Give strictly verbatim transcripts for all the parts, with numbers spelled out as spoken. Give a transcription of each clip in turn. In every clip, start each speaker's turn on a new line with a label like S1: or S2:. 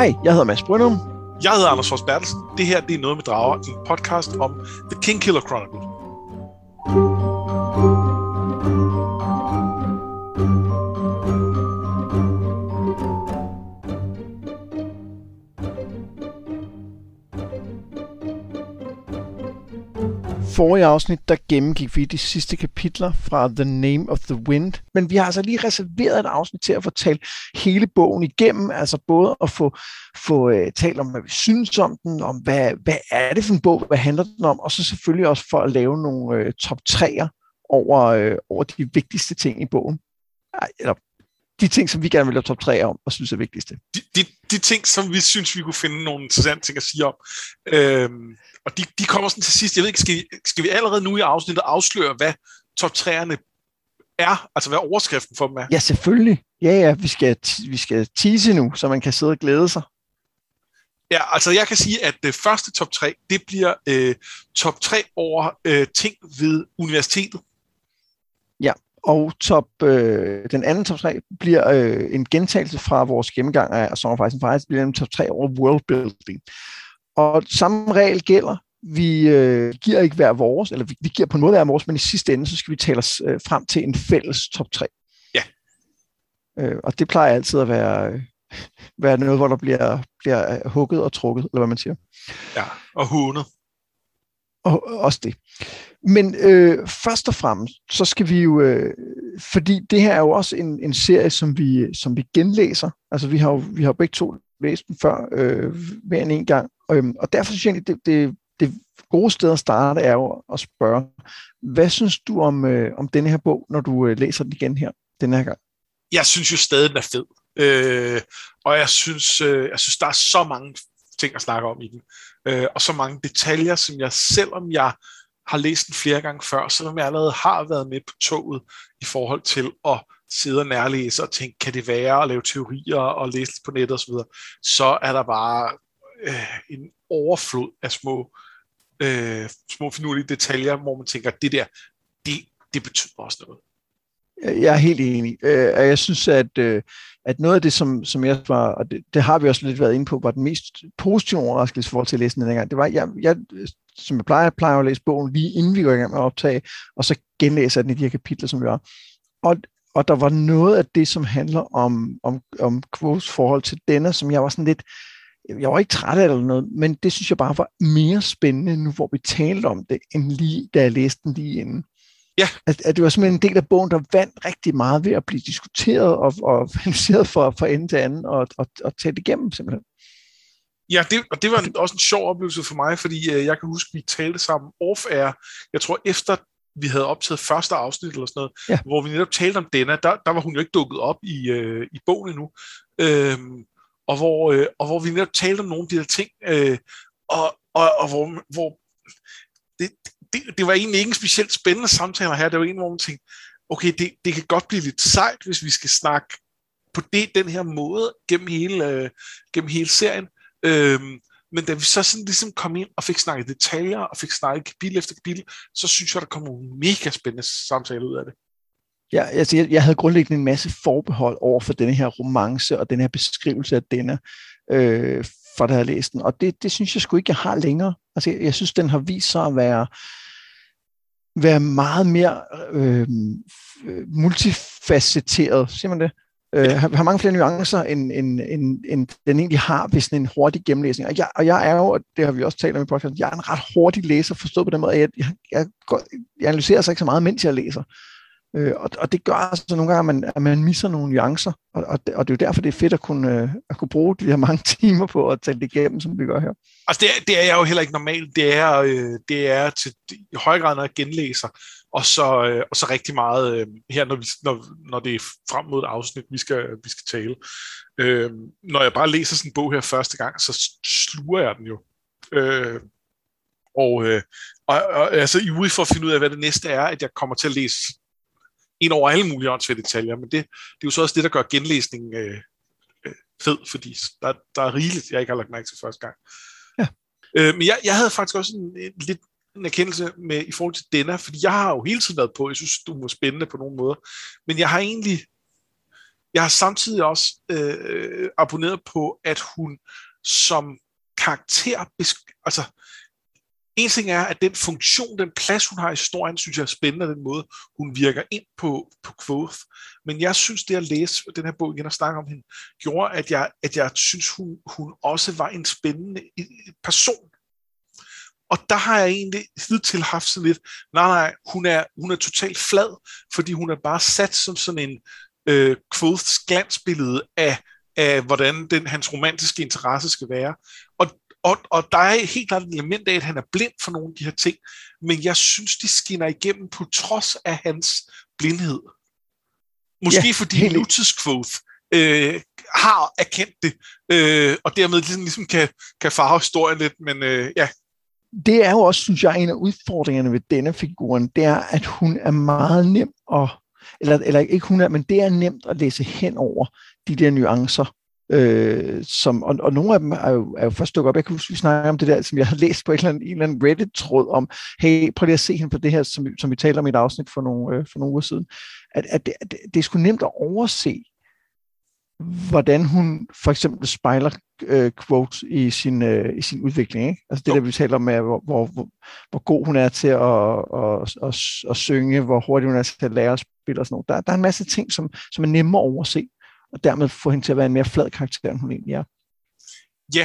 S1: Hej, jeg hedder Mads Brynum.
S2: Jeg hedder Anders Fors Bertelsen. Det her det er Noget med Drager, en podcast om The Kingkiller Chronicles.
S1: Forrige afsnit, der gennemgik vi de sidste kapitler fra The Name of the Wind, men vi har altså lige reserveret et afsnit til at fortælle hele bogen igennem, altså både at få, få uh, talt om, hvad vi synes om den, om hvad, hvad er det for en bog, hvad handler den om, og så selvfølgelig også for at lave nogle uh, top treer over, uh, over de vigtigste ting i bogen. Ej, eller de ting, som vi gerne vil lave top tre om, og synes er vigtigste.
S2: De, de, de ting, som vi synes, vi kunne finde nogle interessante ting at sige om. Øhm, og de, de kommer sådan til sidst. Jeg ved ikke, skal vi, skal vi allerede nu i afsnittet afsløre, hvad top treerne er? Altså, hvad overskriften for dem er?
S1: Ja, selvfølgelig. Ja, ja, vi skal, vi skal tease nu, så man kan sidde og glæde sig.
S2: Ja, altså jeg kan sige, at det første top tre, det bliver øh, top tre over øh, ting ved universitetet.
S1: Ja. Og top, øh, den anden top tre bliver øh, en gentagelse fra vores gennemgang af Song of Ice and Fire. Det bliver en top tre over worldbuilding. Og samme regel gælder. Vi øh, giver ikke hver vores, eller vi, vi giver på en måde hver vores, men i sidste ende, så skal vi tale os øh, frem til en fælles top tre.
S2: Ja.
S1: Øh, og det plejer altid at være, øh, være noget, hvor der bliver, bliver hugget og trukket, eller hvad man siger.
S2: Ja, og hundet.
S1: Og også det. Men øh, først og fremmest, så skal vi jo, øh, fordi det her er jo også en, en serie, som vi, som vi genlæser. Altså vi har jo vi har begge to læst den før, øh, hver en gang. Og, og derfor synes jeg egentlig, det, det, det gode sted at starte er jo at spørge, hvad synes du om, øh, om denne her bog, når du øh, læser den igen her, denne her gang?
S2: Jeg synes jo stadig, den er fed. Øh, og jeg synes, øh, jeg synes, der er så mange ting at snakke om i den. Øh, og så mange detaljer, som jeg, selvom jeg har læst den flere gange før, selvom jeg allerede har været med på toget i forhold til at sidde og nærlæse og tænke, kan det være at lave teorier og læse på nettet osv., så er der bare øh, en overflod af små, øh, små finurlige detaljer, hvor man tænker, det der, det, det betyder også noget.
S1: Jeg er helt enig. Jeg synes, at, at noget af det, som, som jeg var, og det, det har vi også lidt været inde på, var den mest positive overraskelse i forhold til at læse den dengang. Det var, jeg, jeg, som jeg plejer, plejer at læse bogen lige inden vi går i gang med at optage, og så genlæser jeg den i de her kapitler, som vi har. Og, og der var noget af det, som handler om, om, om Quos forhold til denne, som jeg var sådan lidt, jeg var ikke træt af det eller noget, men det synes jeg bare var mere spændende nu, hvor vi talte om det, end lige da jeg læste den lige inden.
S2: Ja.
S1: At, at det var simpelthen en del af bogen, der vandt rigtig meget ved at blive diskuteret og, og analyseret fra, fra ende til anden og, og, og talt igennem simpelthen.
S2: Ja, det, og det var en, også en sjov oplevelse for mig, fordi øh, jeg kan huske, at vi talte sammen off-air, jeg tror efter vi havde optaget første afsnit eller sådan noget, ja. Hvor vi netop talte om denne, der, der var hun jo ikke dukket op i, øh, i bogen endnu, øhm, og, hvor, øh, og hvor vi netop talte om nogle af de der ting, øh, og, og, og hvor, hvor det, det, det var egentlig ikke en specielt spændende samtale her, det var en, hvor man tænkte, okay, det, det kan godt blive lidt sejt, hvis vi skal snakke på det, den her måde gennem hele, øh, gennem hele serien. Øhm, men da vi så sådan ligesom kom ind og fik snakket detaljer og fik snakket kapitel efter kapitel, så synes jeg, der kom nogle mega spændende samtaler ud af det.
S1: Ja, altså jeg, jeg havde grundlæggende en masse forbehold over for denne her romance og den her beskrivelse af denne, øh, for da jeg læste den. Og det, det synes jeg sgu ikke, jeg har længere. Altså jeg, jeg synes, den har vist sig at være, være meget mere øh, multifacetteret, siger man det? Øh, har, har mange flere nuancer, end, end, end, end den egentlig har ved sådan en hurtig gennemlæsning. Og jeg, og jeg er jo, og det har vi også talt om i podcasten, jeg er en ret hurtig læser, forstået på den måde, at jeg, jeg, jeg, jeg analyserer sig ikke så meget, mens jeg læser. Øh, og, og det gør altså nogle gange, at man, at man misser nogle nuancer, og, og, det, og det er jo derfor, det er fedt at kunne, at kunne bruge de her mange timer på at tale det igennem, som vi gør her.
S2: Altså det er, det er jeg jo heller ikke normalt. Det er, øh, det er til i høj grad, når jeg genlæser, og så, øh, og så rigtig meget øh, her, når, vi, når, når det er frem mod et afsnit, vi skal, vi skal tale. Øh, når jeg bare læser sådan en bog her første gang, så sluger jeg den jo. Øh, og, øh, og, og altså i ude for at finde ud af, hvad det næste er, at jeg kommer til at læse ind over alle mulige åndsfælde detaljer, men det, det er jo så også det, der gør genlæsningen øh, øh, fed, fordi der, der er rigeligt, jeg ikke har lagt mærke til første gang.
S1: Ja.
S2: Øh, men jeg, jeg havde faktisk også en, en lidt en erkendelse med, i forhold til denne, fordi jeg har jo hele tiden været på, jeg synes, du var spændende på nogle måder, men jeg har egentlig, jeg har samtidig også øh, abonneret på, at hun som karakter, altså en ting er, at den funktion, den plads, hun har i historien, synes jeg er spændende, den måde, hun virker ind på, på Kvothe. Men jeg synes, det at læse den her bog igen og snakke om hende, gjorde, at jeg, at jeg synes, hun, hun også var en spændende person. Og der har jeg egentlig hidtil haft sådan lidt, nej, nej, hun er, hun er totalt flad, fordi hun er bare sat som sådan en øh, Kvoths glansbillede af, af, hvordan den, hans romantiske interesse skal være. Og Og, og der er helt klart et element af, at han er blind for nogle af de her ting, men jeg synes, de skinner igennem på trods af hans blindhed. Måske ja, fordi nutidskvoth øh, har erkendt det, øh, og dermed ligesom, ligesom kan, kan farve historien lidt, men øh, ja.
S1: Det er jo også, synes jeg, en af udfordringerne ved denne figuren, det er, at hun er meget nem at, eller, eller ikke hun er, men det er nemt at læse hen over de der nuancer. Øh, som, og, og nogle af dem er jo, er jo først dukket op. Jeg kan huske, vi snakker om det der, som jeg har læst på en eller anden, en eller anden Reddit-tråd om, hey, prøv lige at se hende på det her, som, som vi talte om i et afsnit for nogle, øh, for nogle uger siden, at, at det, det, det er sgu nemt at overse, hvordan hun for eksempel spejler øh, Kvothe i sin, øh, i sin udvikling. Ikke? Altså det jo. Der, vi taler om, er, hvor, hvor, hvor, hvor god hun er til at, at, at, at, at synge, hvor hurtigt hun er til at lære at spille og sådan noget. Der, der er en masse ting, som, som er nemme at overse, og dermed få hende til at være en mere flad karakter, end hun egentlig er.
S2: Ja,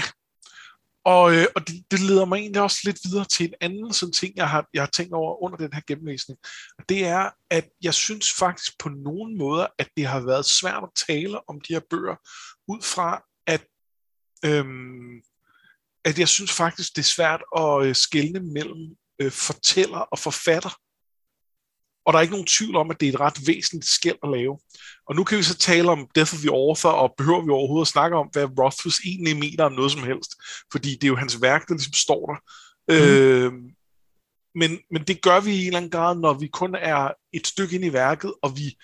S2: og, øh, og det, det leder mig egentlig også lidt videre til en anden sådan ting, jeg har, jeg har tænkt over under den her gennemlæsning. Og det er, at jeg synes faktisk på nogle måder, at det har været svært at tale om de her bøger, ud fra, at, øhm, at jeg synes faktisk, det er svært at øh, skelne mellem øh, fortæller og forfatter. Og der er ikke nogen tvivl om, at det er et ret væsentligt skel at lave. Og nu kan vi så tale om Death of the Author, og behøver vi overhovedet at snakke om, hvad Rothfuss egentlig mener om noget som helst. Fordi det er jo hans værk, der ligesom står der. Mm. Øh, men, men det gør vi i en eller anden grad, når vi kun er et stykke ind i værket, og vi,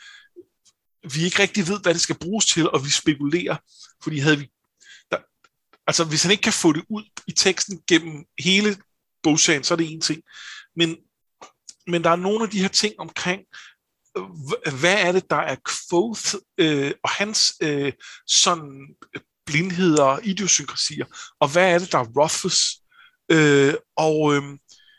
S2: vi ikke rigtig ved, hvad det skal bruges til, og vi spekulerer. Fordi havde vi... Der, altså, hvis han ikke kan få det ud i teksten gennem hele bogserien, så er det en ting. Men Men der er nogle af de her ting omkring, hvad er det, der er Kvothe øh, og hans øh, sådan blindheder og idiosynkrasier, og hvad er det, der er Rothfuss? Øh, og, øh,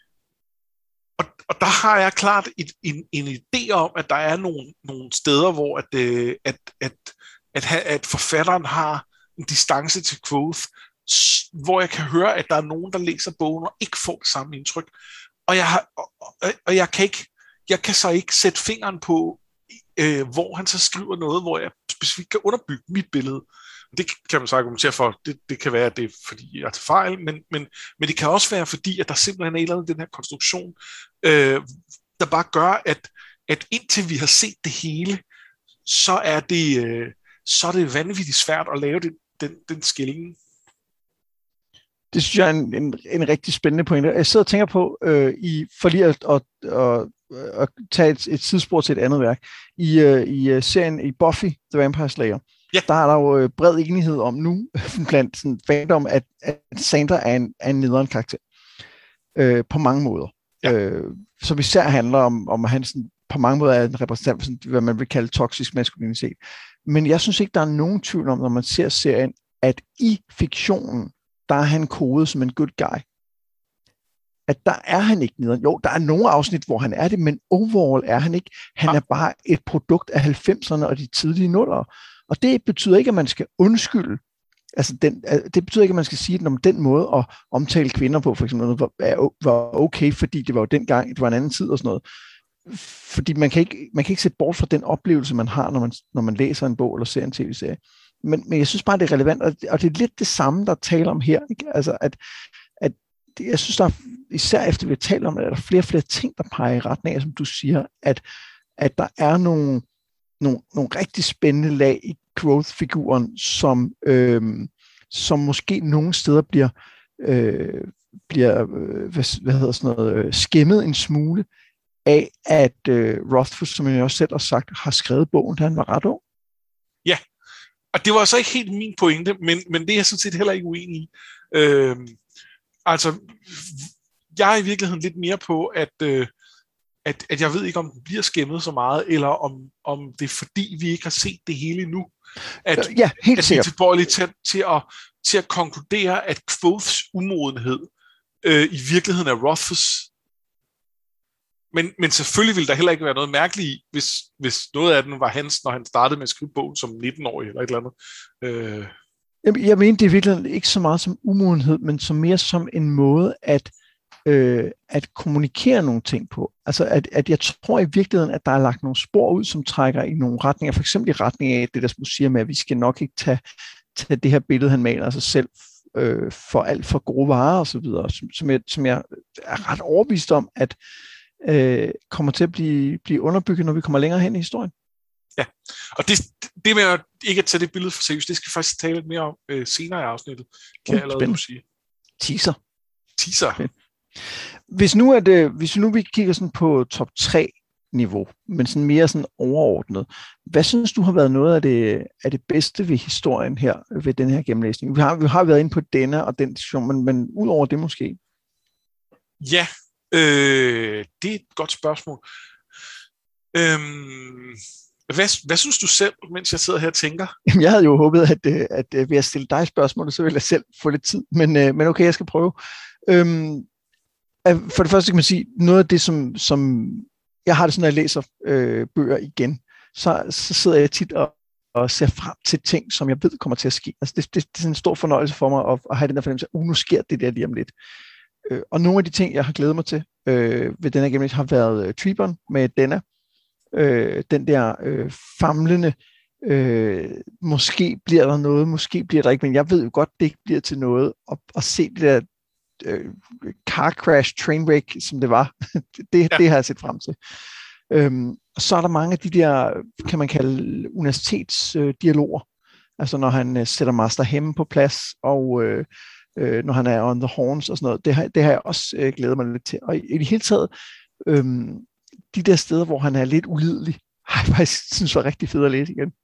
S2: og, og der har jeg klart et, en, en idé om, at der er nogle, nogle steder, hvor at, øh, at, at, at, at forfatteren har en distance til Kvothe, hvor jeg kan høre, at der er nogen, der læser bogen og ikke får det samme indtryk. Og jeg, har, og, og jeg, kan ikke, jeg kan så ikke sætte fingeren på, øh, hvor han så skriver noget, hvor jeg specifikt kan underbygge mit billede. Det kan man så argumentere for. Det, det kan være, at det er, fordi jeg tager fejl, men, men, men det kan også være, fordi at der simpelthen er en eller anden den her konstruktion, øh, der bare gør, at, at indtil vi har set det hele, så er det, øh, så er det vanvittigt svært at lave det, den, den skilling.
S1: Det synes jeg er en, en, en rigtig spændende pointe. Jeg sidder og tænker på, øh, i, for lige at, at, at, at tage et, et tidsspor til et andet værk, i, uh, i uh, serien i Buffy the Vampire Slayer, ja. Der er der jo bred enighed om nu, blandt sådan fandom, at, at Xander er en, er en nederen karakter. Øh, på mange måder. Ja. Øh, som især handler om, om at han sådan, på mange måder er en repræsentant for sådan, hvad man vil kalde toksisk maskulinitet. Men jeg synes ikke, der er nogen tvivl om, når man ser serien, at i fiktionen, der er han kodet som en good guy. At der er han ikke nederen. Jo, der er nogle afsnit, hvor han er det, men overall er han ikke. Han ja. er bare et produkt af halvfemserne og de tidlige nullere. Og det betyder ikke, at man skal undskylde. Altså, den, det betyder ikke, at man skal sige, at om den måde at omtale kvinder på, for eksempel, var, var okay, fordi det var jo dengang, det var en anden tid og sådan noget. Fordi man kan ikke, man kan ikke sætte bort fra den oplevelse, man har, når man, når man læser en bog eller ser en tv-serie. Men, men jeg synes bare, det er relevant, og det, og det er lidt det samme, der taler om her. Ikke? Altså, at, at det, jeg synes, der er, især efter vi har talt om det, er der flere og flere ting, der peger i retning af, som du siger, at, at der er nogle, nogle, nogle rigtig spændende lag i Kvothe-figuren, som, øhm, som måske nogle steder bliver, øh, bliver øh, hvad, hvad hedder sådan noget, øh, skæmmet en smule af, at øh, Rothfuss, som jeg også selv har sagt, har skrevet bogen, da han var ret ung.
S2: Ja, og det var så ikke helt min pointe, men, men det er jeg sådan set heller ikke uenig i. Øh, altså, jeg er i virkeligheden lidt mere på, at, øh, at, at jeg ved ikke, om den bliver skæmmet så meget, eller om, om det er fordi, vi ikke har set det hele endnu. At,
S1: ja, helt
S2: at vi er tilbøjelige til, til, at, til at konkludere, at Quoths umodenhed øh, i virkeligheden er Rothfuss. Men, men selvfølgelig ville der heller ikke være noget mærkeligt i, hvis, hvis noget af den var hans, når han startede med at skrive bogen som nitten-årig eller et eller andet. Øh.
S1: Jeg, jeg mener, det er virkelig ikke så meget som umodenhed, men som mere som en måde at, øh, at kommunikere nogle ting på. Altså, at, at jeg tror i virkeligheden, at der er lagt nogle spor ud, som trækker i nogle retninger, for eksempel i retning af det, der siger med, at vi skal nok ikke tage, tage det her billede, han maler af sig selv, øh, for alt for gode varer og så videre, som, som, jeg, som jeg er ret overbevist om, at øh, kommer til at blive, blive underbygget, når vi kommer længere hen i historien.
S2: Ja, og det, det med at ikke at tage det billede for seriøst, det skal faktisk tale lidt mere om øh, senere i afsnittet, kan uh, jeg allerede nu sige.
S1: Teaser.
S2: Teaser.
S1: Okay. Hvis nu, at, øh, hvis nu vi kigger sådan på top tre niveau, men sådan mere sådan overordnet, hvad synes du har været noget af det, af det bedste ved historien her, ved den her gennemlæsning? Vi har, vi har været inde på denne og den diskussion, men, men ud over det måske?
S2: Ja, øh, det er et godt spørgsmål. Øhm, hvad, hvad synes du selv, mens jeg sidder her og tænker?
S1: Jamen, jeg havde jo håbet, at, at, at ved at stille dig spørgsmål, så ville jeg selv få lidt tid, men, men okay, jeg skal prøve. Øhm, for det første kan man sige, noget af det, som, som jeg har det sådan, når jeg læser øh, bøger igen, så, så sidder jeg tit og, og ser frem til ting, som jeg ved kommer til at ske. Altså det, det, det er sådan en stor fornøjelse for mig at, at have den der fornemmelse, at uh, nu sker det der lige om lidt. Øh, og nogle af de ting, jeg har glædet mig til øh, ved den her gennemlæsning, har været øh, Treeborn med Denna. Øh, den der øh, famlende, øh, måske bliver der noget, måske bliver der ikke, men jeg ved jo godt, det ikke bliver til noget. Og, og se det der øh, car crash, train wreck, som det var, det, ja. det har jeg set frem til. Øhm, og så er der mange af de der, kan man kalde universitetsdialoger, øh, altså når han øh, sætter Master Hemme på plads, og øh, øh, når han er on the horns og sådan noget, det har, det har jeg også øh, glædet mig lidt til. Og i, i det hele taget, øh, de der steder, hvor han er lidt ulidelig, har jeg faktisk synes var rigtig fedt at læse igen.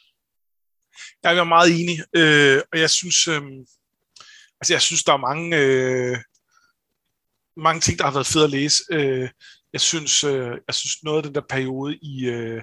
S2: Jeg er meget enig, øh, og jeg synes, øh, altså jeg synes, der er mange, øh, mange ting, der har været fedt at læse. Øh, jeg synes, øh, jeg synes noget af den der periode i, øh,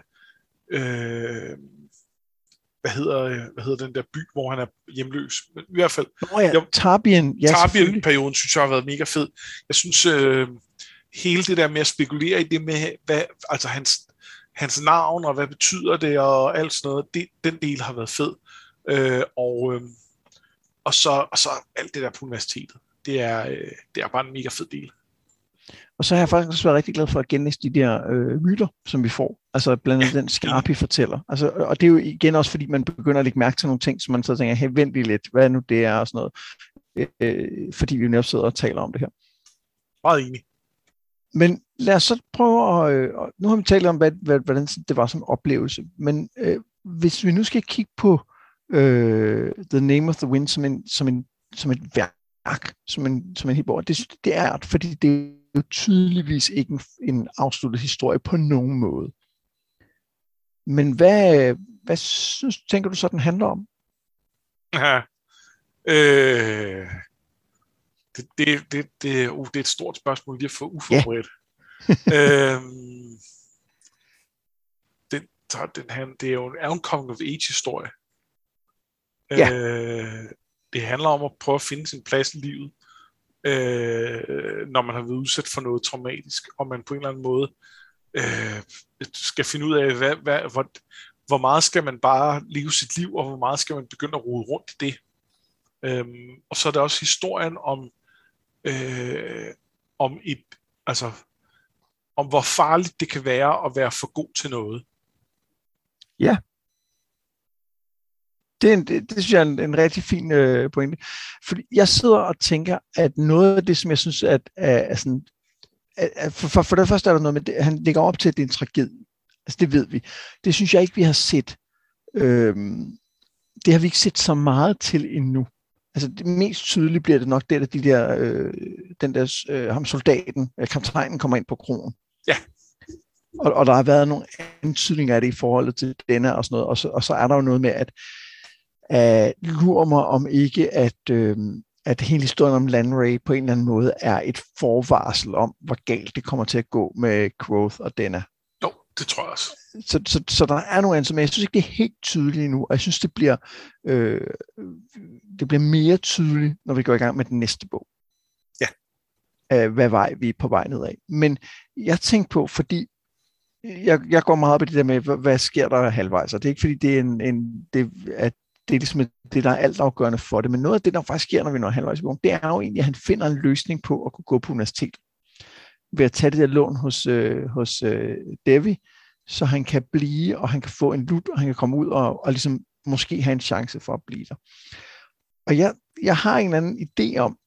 S2: øh, hvad hedder, hvad hedder den der by, hvor han er hjemløs. Men i hvert fald.
S1: Nå ja, Tarbien. Ja,
S2: Tarbien-perioden synes jeg har været mega fed. Jeg synes, øh, hele det der med at spekulere i det med, hvad, altså hans, hans navn, og hvad betyder det, og alt sådan noget, det, den del har været fed. Øh, og, øh, og, så, og så alt det der på universitetet. Det er, øh, det er bare en mega fed del.
S1: Og så har jeg faktisk også været rigtig glad for at genlæse de der øh, myter, som vi får. Altså blandt andet ja. den Skarpi fortæller. Altså, og det er jo igen også, fordi man begynder at lægge mærke til nogle ting, som man så tænker, hey, vent lige lidt, hvad nu det er, og sådan noget. Øh, fordi vi jo netop sidder og taler om det her.
S2: Meget enig.
S1: Men lad os så prøve at... Øh, nu har vi talt om, hvad, hvad, hvordan det var som oplevelse. Men øh, hvis vi nu skal kigge på øh, The Name of the Wind som, en, som, en, som et værk, som en, som en hel bog, det, det er fordi det er jo tydeligvis ikke en, en afsluttet historie på nogen måde. Men hvad, hvad synes, tænker du så, den handler om?
S2: Ja. Øh... Det, det, det, det, uh, det er et stort spørgsmål, lige at få uforberedt. Yeah. øhm, den, den, han, det er jo en, er en coming-of-age-historie. Yeah. Øh, det handler om at prøve at finde sin plads i livet, øh, når man har været udsat for noget traumatisk, og man på en eller anden måde øh, skal finde ud af, hvad, hvad, hvor, hvor meget skal man bare leve sit liv, og hvor meget skal man begynde at rode rundt i det. Øhm, og så er der også historien om Øh, om et, altså om hvor farligt det kan være at være for god til noget.
S1: Ja. Det, er en, det, det synes jeg er en, en rigtig fin øh, pointe. Fordi jeg sidder og tænker, at noget af det, som jeg synes, at, er, er sådan, at, for, for, for det første er der noget med, det, han lægger op til, at det er en tragedie. Altså det ved vi. Det synes jeg ikke, vi har set. Øh, det har vi ikke set så meget til endnu. Altså det mest tydelige bliver det nok det, at de der, øh, den der øh, ham soldaten, øh, kaptajnen kommer ind på kronen.
S2: Ja.
S1: Og, og der har været nogle antydninger af det i forholdet til denne og sådan noget. Og så, og så er der jo noget med, at uh, lurer mig om ikke, at, øh, at hele historien om Lanray på en eller anden måde er et forvarsel om, hvor galt det kommer til at gå med Kvothe og Denna.
S2: Jo, det tror jeg også.
S1: Så, så, så der er nogle andre, men jeg synes ikke, det er helt tydeligt nu, og jeg synes, det bliver, øh, det bliver mere tydeligt, når vi går i gang med den næste bog.
S2: Ja.
S1: Æh, hvad vej vi er på vej nedad. Men jeg tænker på, fordi jeg, jeg går meget op i det der med, hvad, hvad sker der halvvejs, og det er ikke fordi, det er en, en det, at det er ligesom det, der er altafgørende for det, men noget af det, der faktisk sker, når vi når halvvejs i bogen, det er jo egentlig, at han finder en løsning på at kunne gå på universitet. Ved at tage det der lån hos, øh, hos øh, Devi, så han kan blive, og han kan få en lut, og han kan komme ud og, og ligesom måske have en chance for at blive der. Og jeg, jeg har en eller anden idé om,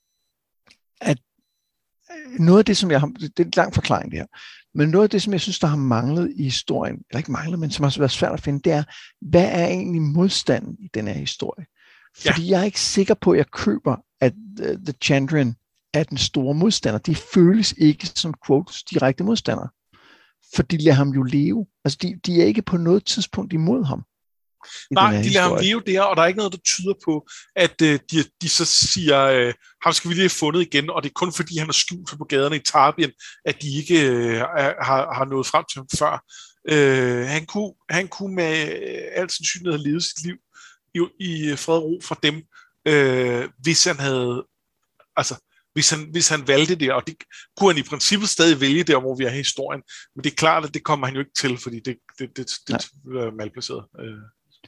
S1: at noget af det, som jeg har, det er en lang forklaring det her, men noget af det, som jeg synes, der har manglet i historien, eller ikke manglet, men som har været svært at finde, det er, hvad er egentlig modstanden i den her historie? Fordi ja. Jeg er ikke sikker på, at jeg køber, at uh, The Chandrian er den store modstander. De føles ikke som Quotes direkte modstandere. For de lader ham jo leve. Altså, de, de er ikke på noget tidspunkt imod ham.
S2: Nej, de lader ham leve der, og der er ikke noget, der tyder på, at øh, de, de så siger, øh, ham skal vi lige have fundet igen, og det er kun fordi, han har skjult sig på gaderne i Tarbean, at de ikke øh, har, har nået frem til ham før. Øh, han, kunne, han kunne med al sandsynlighed have levet sit liv i, i fred og ro fra dem, øh, hvis han havde, altså, hvis han, hvis han valgte det, og det kunne han i princippet stadig vælge der, hvor vi er i historien, men det er klart, at det kommer han jo ikke til, fordi det, det, det, det, det er malplaceret. Øh.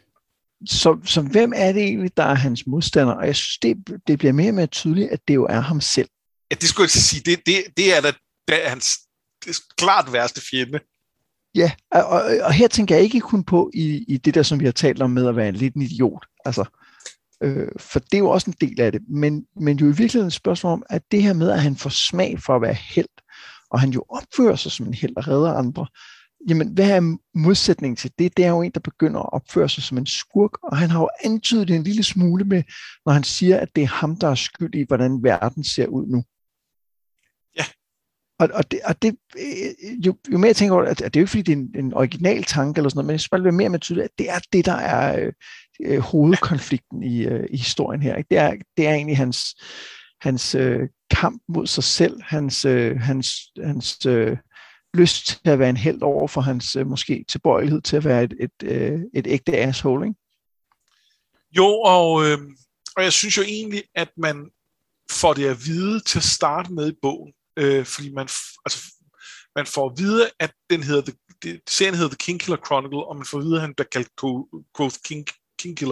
S1: Så, så hvem er det egentlig, der er hans modstander? Og jeg synes, det, det bliver mere og mere tydeligt, at det jo er ham selv.
S2: Ja, det skulle jeg sige. Det, det, det er da det er hans det er klart værste fjende.
S1: Ja, og, og, og her tænker jeg ikke kun på i, i det der, som vi har talt om med at være en lidt en idiot. Altså, øh, for det er jo også en del af det. Men, men jo i virkeligheden et spørgsmål om, at det her med, at han får smag for at være helt, og han jo opfører sig som en helt og redder andre, jamen, hvad er modsætningen til det? Det er jo en, der begynder at opføre sig som en skurk, og han har jo antydet en lille smule med, når han siger, at det er ham, der er skyld i, hvordan verden ser ud nu.
S2: Ja.
S1: Og, og, det, og det, jo, jo mere jeg tænker over det, at det er jo ikke, fordi det er en, en original tanke eller sådan noget, men jeg synes bare, det bliver mere og mere tydeligt, at det er det, der er øh, hovedkonflikten i, øh, i historien her. Ikke? Det, er, det er egentlig hans, hans øh, kamp mod sig selv, hans, øh, hans, hans øh, lyst til at være en helt over for hans øh, måske tilbøjelighed til at være et, et, øh, et ægte asshole, ikke?
S2: Jo, og, øh, og jeg synes jo egentlig, at man får det at vide til at starte med i bogen, øh, fordi man, f- altså, man får at vide, at den hedder The, det, serien hedder The Kingkiller Chronicle, og man får at vide, at han bliver kaldt Quoth King, Kingkiller.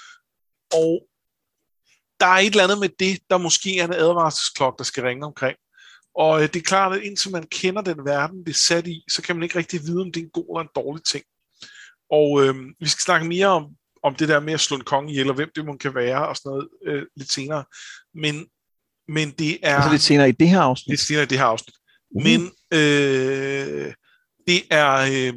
S2: Og der er et eller andet med det, der måske er en advarselsklokke, der skal ringe omkring. Og det er klart, at indtil man kender den verden, det er sat i, så kan man ikke rigtig vide, om det er en god eller en dårlig ting. Og øh, vi skal snakke mere om, om det der med at slå en konge ihjel, og hvem det må kan være, og sådan noget øh, lidt senere. Men, men det er...
S1: Altså lidt senere i det her afsnit?
S2: Lidt senere i det her afsnit. Uh. Men øh, det er... Øh,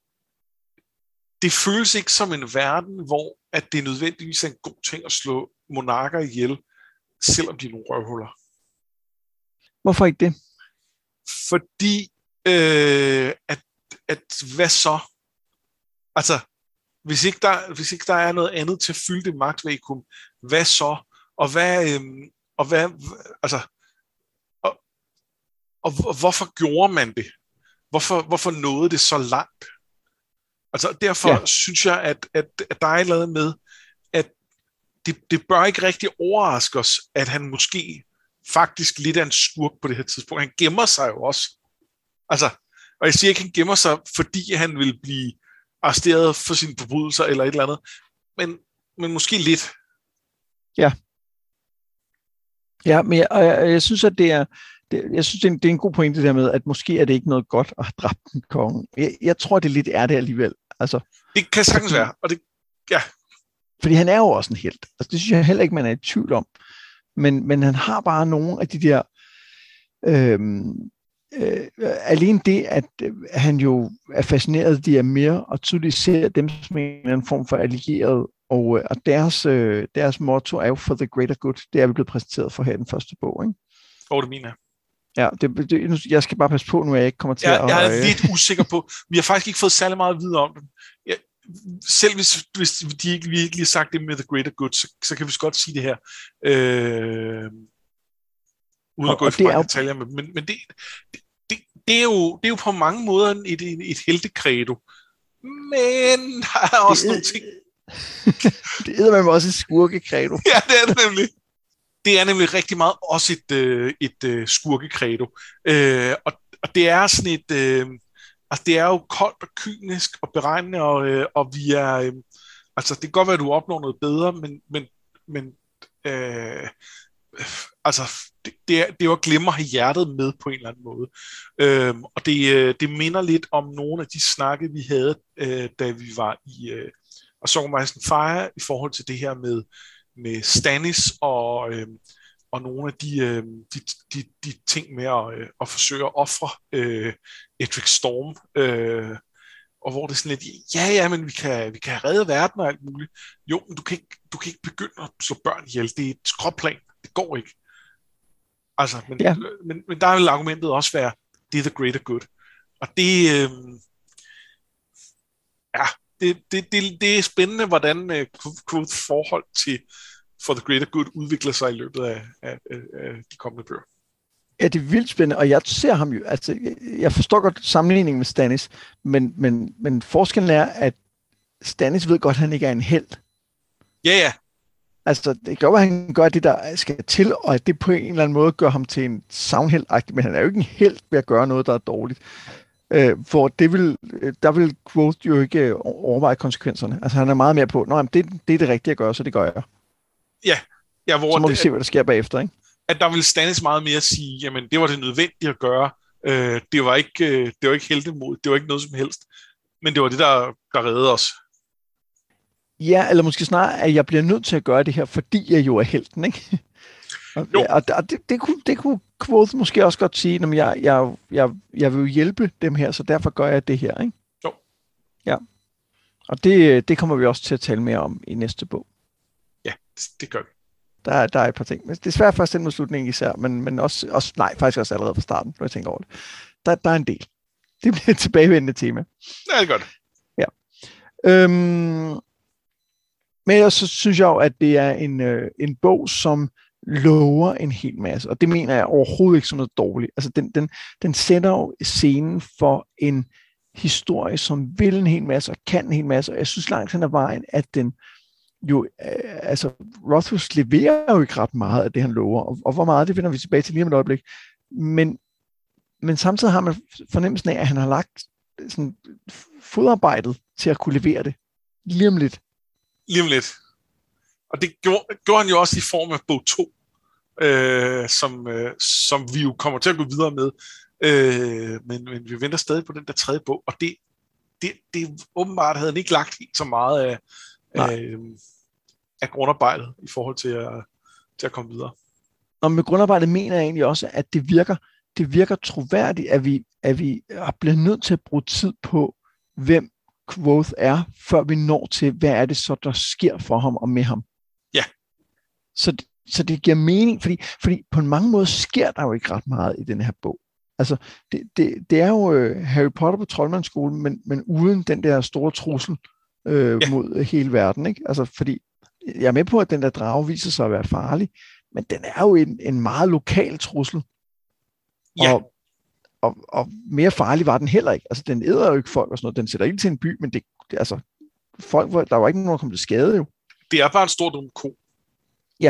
S2: det føles ikke som en verden, hvor at det nødvendigvis er en god ting at slå monarker ihjel, selvom de er nogle røvhuller.
S1: Hvorfor ikke det?
S2: Fordi, øh, at, at hvad så? Altså, hvis ikke, der, hvis ikke der er noget andet til at fylde det magtvakuum, hvad så? Og hvad, øh, og hvad, altså, og, og, og hvorfor gjorde man det? Hvorfor, hvorfor nåede det så langt? Altså, derfor ja. synes jeg, at, at, at der er et eller andet med, at det, det bør ikke rigtig overraske os, at han måske faktisk lidt af en skurk på det her tidspunkt. Han gemmer sig jo også. Altså, og jeg siger ikke, at han gemmer sig, fordi han vil blive arresteret for sine forbrydelser eller et eller andet, men, men måske lidt.
S1: Ja. Ja, men jeg, og jeg, jeg synes, at det er, det, jeg synes, det er, en, det er en god pointe der med, at måske er det ikke noget godt at have dræbt en konge. Jeg, jeg tror, det lidt er det alligevel. Altså,
S2: det kan sagtens være, og det, ja.
S1: Fordi han er jo også en helt. Altså, det synes jeg heller ikke, man er i tvivl om. Men, men han har bare nogle af de der, øhm, øh, alene det, at øh, han jo er fascineret, de er mere, og tydeligt ser dem som en eller anden form for allieret, og, og deres, øh, deres motto er jo for the greater good. Det er vi blevet præsenteret for her i den første bog, ikke?
S2: Åh, det mener jeg.
S1: Ja, det, det, jeg skal bare passe på nu, at jeg ikke kommer til
S2: jeg,
S1: at...
S2: Jeg er lidt usikker på, vi har faktisk ikke fået særlig meget at vide om dem. Jeg, selv hvis, hvis de ikke virkelig har sagt det med The Greater Good, så, så kan vi godt sige det her. Øh, uden at gå i for mange detaljer. Men, men det, det, det, det, er jo, det er jo på mange måder et, et, et heltekredo. Men der er også det, nogle ting...
S1: det er man også et skurkekredo.
S2: Ja, det er det nemlig. Det er nemlig rigtig meget også et, øh, et øh, skurkekredo. Øh, og, og det er sådan et... Øh, altså, det er jo koldt og kynisk og beregnende, og, øh, og vi er... Øh, altså, det kan godt være, at du opnår noget bedre, men... men, men øh, altså, det, det, er, det er jo at glemme at have hjertet med på en eller anden måde. Øh, og det, det minder lidt om nogle af de snakke, vi havde, øh, da vi var i... Øh, og Song of Ice and Fire, i forhold til det her med... med Stannis og, øh, og nogle af de, øh, de, de, de ting med at, øh, at forsøge at ofre øh, Edric Storm, øh, og hvor det er sådan lidt, ja, ja, men vi kan, vi kan redde verden og alt muligt. Jo, men du kan ikke, du kan ikke begynde at slå børn ihjel. Det er et skråplan. Det går ikke. Altså, men, ja. men, men der vil argumentet også være, det er the greater good. Og det, øh, ja, Det, det, det, det er spændende, hvordan uh, Quoths forhold til For the Greater Good udvikler sig i løbet af, af, af de kommende bøger.
S1: Ja, det er vildt spændende, og jeg ser ham jo, altså, jeg forstår godt sammenligningen med Stannis, men, men, men forskellen er, at Stannis ved godt, at han ikke er en helt.
S2: Ja, ja.
S1: Altså, det gør, at han gør det, der skal til, og at det på en eller anden måde gør ham til en savnhelt-agtig, men han er jo ikke en helt ved at gøre noget, der er dårligt. Øh, for det vil, der vil Quoth jo ikke overveje konsekvenserne. Altså han er meget mere på, nå, jamen, det, det er det rigtige at gøre, så det gør jeg.
S2: Ja. ja hvor
S1: så må
S2: det,
S1: vi se, hvad der sker bagefter, ikke?
S2: At der vil Stannis meget mere sige, jamen det var det nødvendige at gøre. Øh, det var ikke, øh, det var ikke heltemod, det var ikke noget som helst. Men det var det, der, der reddede os.
S1: Ja, eller måske snarere, at jeg bliver nødt til at gøre det her, fordi jeg jo er helten, ikke? Og, ja, og, og det, det, kunne, det kunne Quoth måske også godt sige, at jeg, jeg, jeg, jeg vil jo hjælpe dem her, så derfor gør jeg det her, ikke?
S2: Jo.
S1: Ja. Og det, det kommer vi også til at tale mere om i næste bog.
S2: Ja, det, det gør vi.
S1: Der, der er et par ting. Det er svært først den mod slutningen især, men, men også, også, nej, faktisk også allerede fra starten, når jeg tænker over det. Der, der er en del. Det bliver et tilbagevendende tema.
S2: Ja, det er godt.
S1: Ja. Øhm, men så synes jeg jo, at det er en, øh, en bog, som lover en hel masse, og det mener jeg overhovedet ikke som noget dårligt. Altså, den, den, den sætter jo scenen for en historie, som vil en hel masse, og kan en hel masse, og jeg synes langt hen ad vejen, at den jo, øh, altså, Rothfuss leverer jo ikke ret meget af det, han lover, og, og hvor meget, det finder vi tilbage til lige om et øjeblik, men, men samtidig har man fornemmelsen af, at han har lagt sådan fodarbejdet til at kunne levere det lige om lidt.
S2: Lige om lidt. Og det gjorde, gjorde han jo også i form af bog to, øh, som, øh, som vi jo kommer til at gå videre med. Øh, men, men vi venter stadig på den der tredje bog, og det, det, det åbenbart havde han ikke lagt helt så meget af, af, af grundarbejdet i forhold til at, til at komme videre.
S1: Og med grundarbejdet mener jeg egentlig også, at det virker, det virker troværdigt, at vi, at vi er blevet nødt til at bruge tid på, hvem Quoth er, før vi når til, hvad er det så, der sker for ham og med ham.
S2: Ja.
S1: Så, så det giver mening, fordi, fordi på en mange måder sker der jo ikke ret meget i den her bog. Altså, det, det, det er jo øh, Harry Potter på Troldmandsskolen, men, men uden den der store trussel øh, ja. mod hele verden, ikke? Altså, fordi jeg er med på, at den der drage viser sig at være farlig, men den er jo en, en meget lokal trussel.
S2: Ja.
S1: Og, og, og mere farlig var den heller ikke. Altså, den æder jo ikke folk og sådan noget. Den sætter ikke til en by, men det, det altså, folk, der var ikke nogen, der kom til skade jo.
S2: Det er bare en stor dum ko.
S1: Ja.